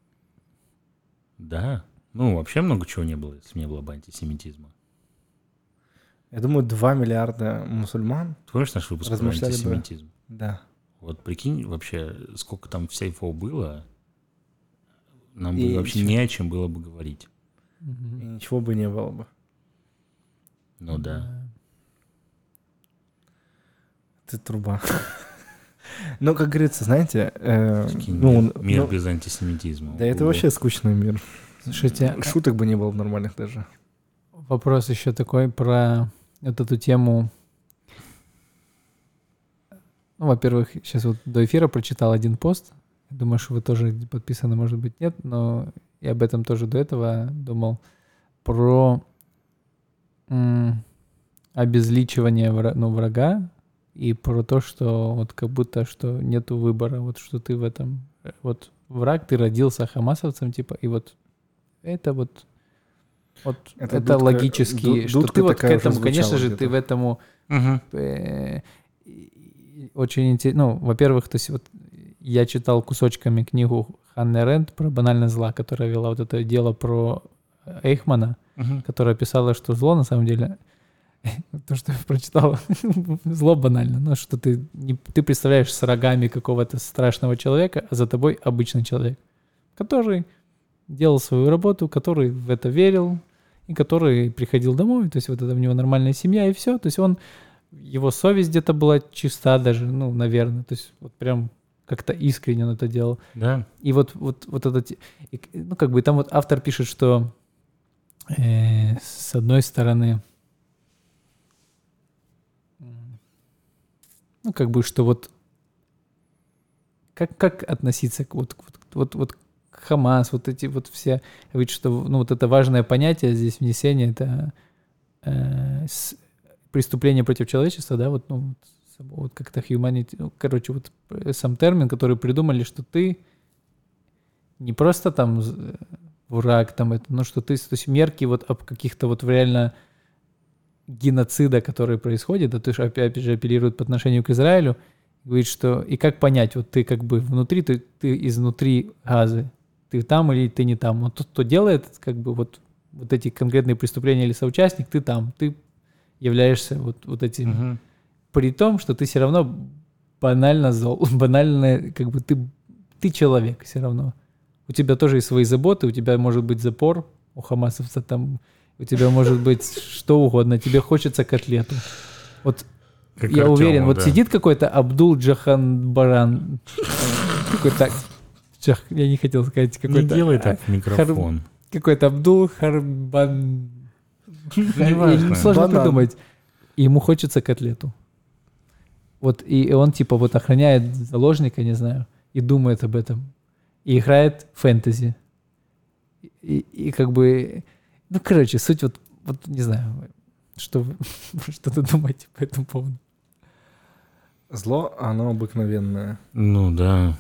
Да. Ну, вообще много чего не было, если бы не было бы антисемитизма. Я думаю, два миллиарда мусульман. Ты помнишь наш выпуск про Размышляли бы. антисемитизм? Да. Вот прикинь вообще, сколько там всего было, нам И бы вообще чё? не о чем было бы говорить. И Мгм. ничего бы не было бы. Ну да. Ты труба. Ну, как говорится, знаете... э, Такий ну, мир, мир ну, без антисемитизма. Да это Ого. вообще скучный мир. Слушайте, а Шуток бы не было нормальных даже. вопрос еще такой про вот эту тему. Ну, во-первых, сейчас вот до эфира прочитал один пост. Думаю, что вы тоже подписаны, может быть, нет, но я об этом тоже до этого думал. Про м, обезличивание вра- ну, врага и про то, что вот как будто что нету выбора, вот что ты в этом... э, Вот враг, ты родился хамасовцем, типа, и вот это вот... Вот Это это, дудка- логически, ду- что дудка ты вот к такая уже этому, конечно звучала же, где-то. ты в этому Мгм. э, и- очень интересно. Ну, во-первых, то есть вот я читал кусочками книгу Ханны Рэнд про банальность зла, которая вела вот это дело про Эйхмана, Мгм. которая писала, что зло на самом деле то, что я прочитал, зло банально, но что ты не, ты представляешь с рогами какого-то страшного человека, а за тобой обычный человек, который делал свою работу, который в это верил, и который приходил домой, то есть вот это у него нормальная семья и все, то есть он, его совесть где-то была чиста даже, ну, наверное, то есть вот прям как-то искренне он это делал. Да. И вот, вот, вот этот, и, ну, как бы там вот автор пишет, что э, с одной стороны, м, ну, как бы, что вот как, как относиться к вот, вот, вот, вот к Хамас, вот эти вот все, говорит, что, ну, вот это важное понятие здесь внесение, это э, с- преступление против человечества, да, вот, ну, вот, само- вот как-то humanity, ну, короче, вот э, сам термин, который придумали, что ты не просто там з- враг, там это, но что ты, то есть мерки вот об каких-то вот реально геноцида, который происходит, да, то есть опять же апеллирует по отношению к Израилю, говорит, что и как понять, вот ты как бы внутри, ты, ты изнутри Газы, ты там или ты не там, вот тот, кто делает как бы вот, вот эти конкретные преступления или соучастник, ты там, ты являешься вот, вот этим, Мгм. при том, что ты все равно банально зол, банально, как бы ты, ты человек все равно. У тебя тоже есть свои заботы, у тебя может быть запор, у хамасовца там, у тебя может быть что угодно, тебе хочется котлету. Вот Как я Артёму, уверен, вот да. сидит какой-то Абдул Джахан Баран, какой-то, Джах- я не хотел сказать, Не какой-то, делай а, так в микрофон. какой-то Абдул Харбан, Неважно. сложно Банан. придумать. И ему хочется котлету. Вот, и, и он типа вот охраняет заложника, не знаю, и думает об этом. И играет фэнтези. И, и как бы, ну, короче, суть вот, вот не знаю, что, вы- что ты думаете по этому поводу. Зло, оно обыкновенное. Ну да.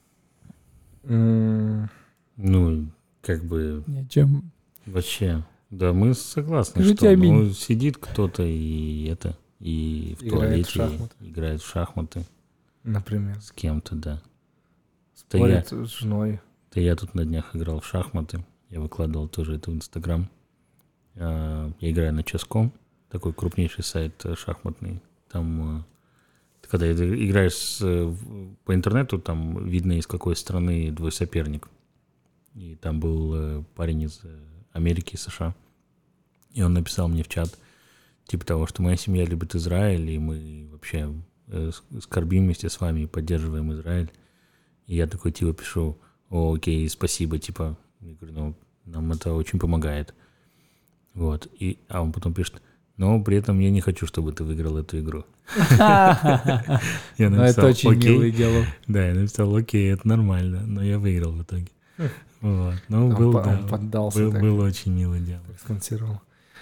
М, Ну, как бы Ни о чем. вообще. Да, мы согласны, Скажите что аминь. ну, сидит кто-то и это, и в Играет в туалете шахматы. играет в шахматы. Например. С кем-то, да. Спорит с женой. Да я тут на днях играл в шахматы. Я выкладывал тоже это в Инстаграм. Я играю на чес точка ком, такой крупнейший сайт шахматный. Там, когда играешь с, по интернету, там видно, из какой страны твой соперник. И там был парень из Америки, США. И он написал мне в чат, типа того, что моя семья любит Израиль, и мы вообще скорбим вместе с вами и поддерживаем Израиль. И я такой, типа, пишу: о, окей, спасибо, типа. Я говорю, ну, нам это очень помогает. Вот. И, а он потом пишет: но при этом я не хочу, чтобы ты выиграл эту игру. Ну, это очень милый диалог. Да, я написал: окей, это нормально, но я выиграл в итоге. Вот. Ну, был, да, поддался. Был очень милый диалог. Сконцировал.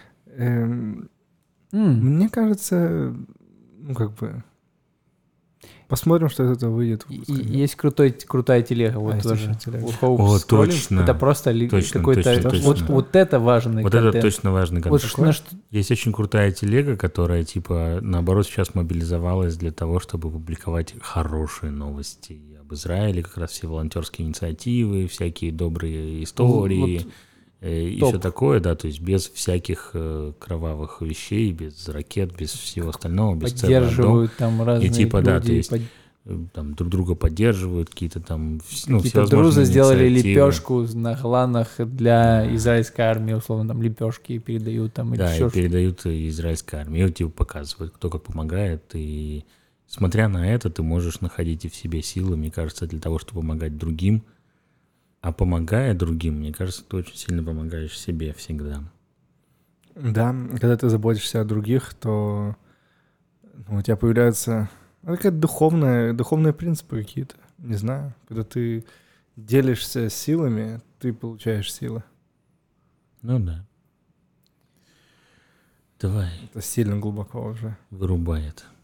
Мне кажется, ну, как бы... Посмотрим, что из этого выйдет. Есть крутой, крутая телега, вот а, тоже. О, точно. Это просто точно, какой-то... Точно, вот, точно. вот это важный вот контент. Вот это точно важный контент. Вот, что... Есть очень крутая телега, которая, типа, наоборот, сейчас мобилизовалась для того, чтобы публиковать хорошие новости об Израиле, как раз все волонтерские инициативы, всякие добрые истории... Вот. И Топ. Все такое, да, то есть без всяких э, кровавых вещей, без ракет, без всего остального, без поддерживают там разные и типа, люди. Да, то есть под... там друг друга поддерживают, какие-то там, ну, какие-то друзы сделали лепешку на гланах для да. израильской армии, условно, там лепешки передают там. Да, или и передают израильской армии, и типа показывают, кто как помогает, и смотря на это, ты можешь находить и в себе силы, мне кажется, для того, чтобы помогать другим. А помогая другим, мне кажется, ты очень сильно помогаешь себе всегда. Да, когда ты заботишься о других, то ну, у тебя появляются ну, какие-то духовные, духовные принципы какие-то, не знаю. Когда ты делишься силами, ты получаешь силы. Ну да. Давай. Это сильно глубоко уже. Вырубай это.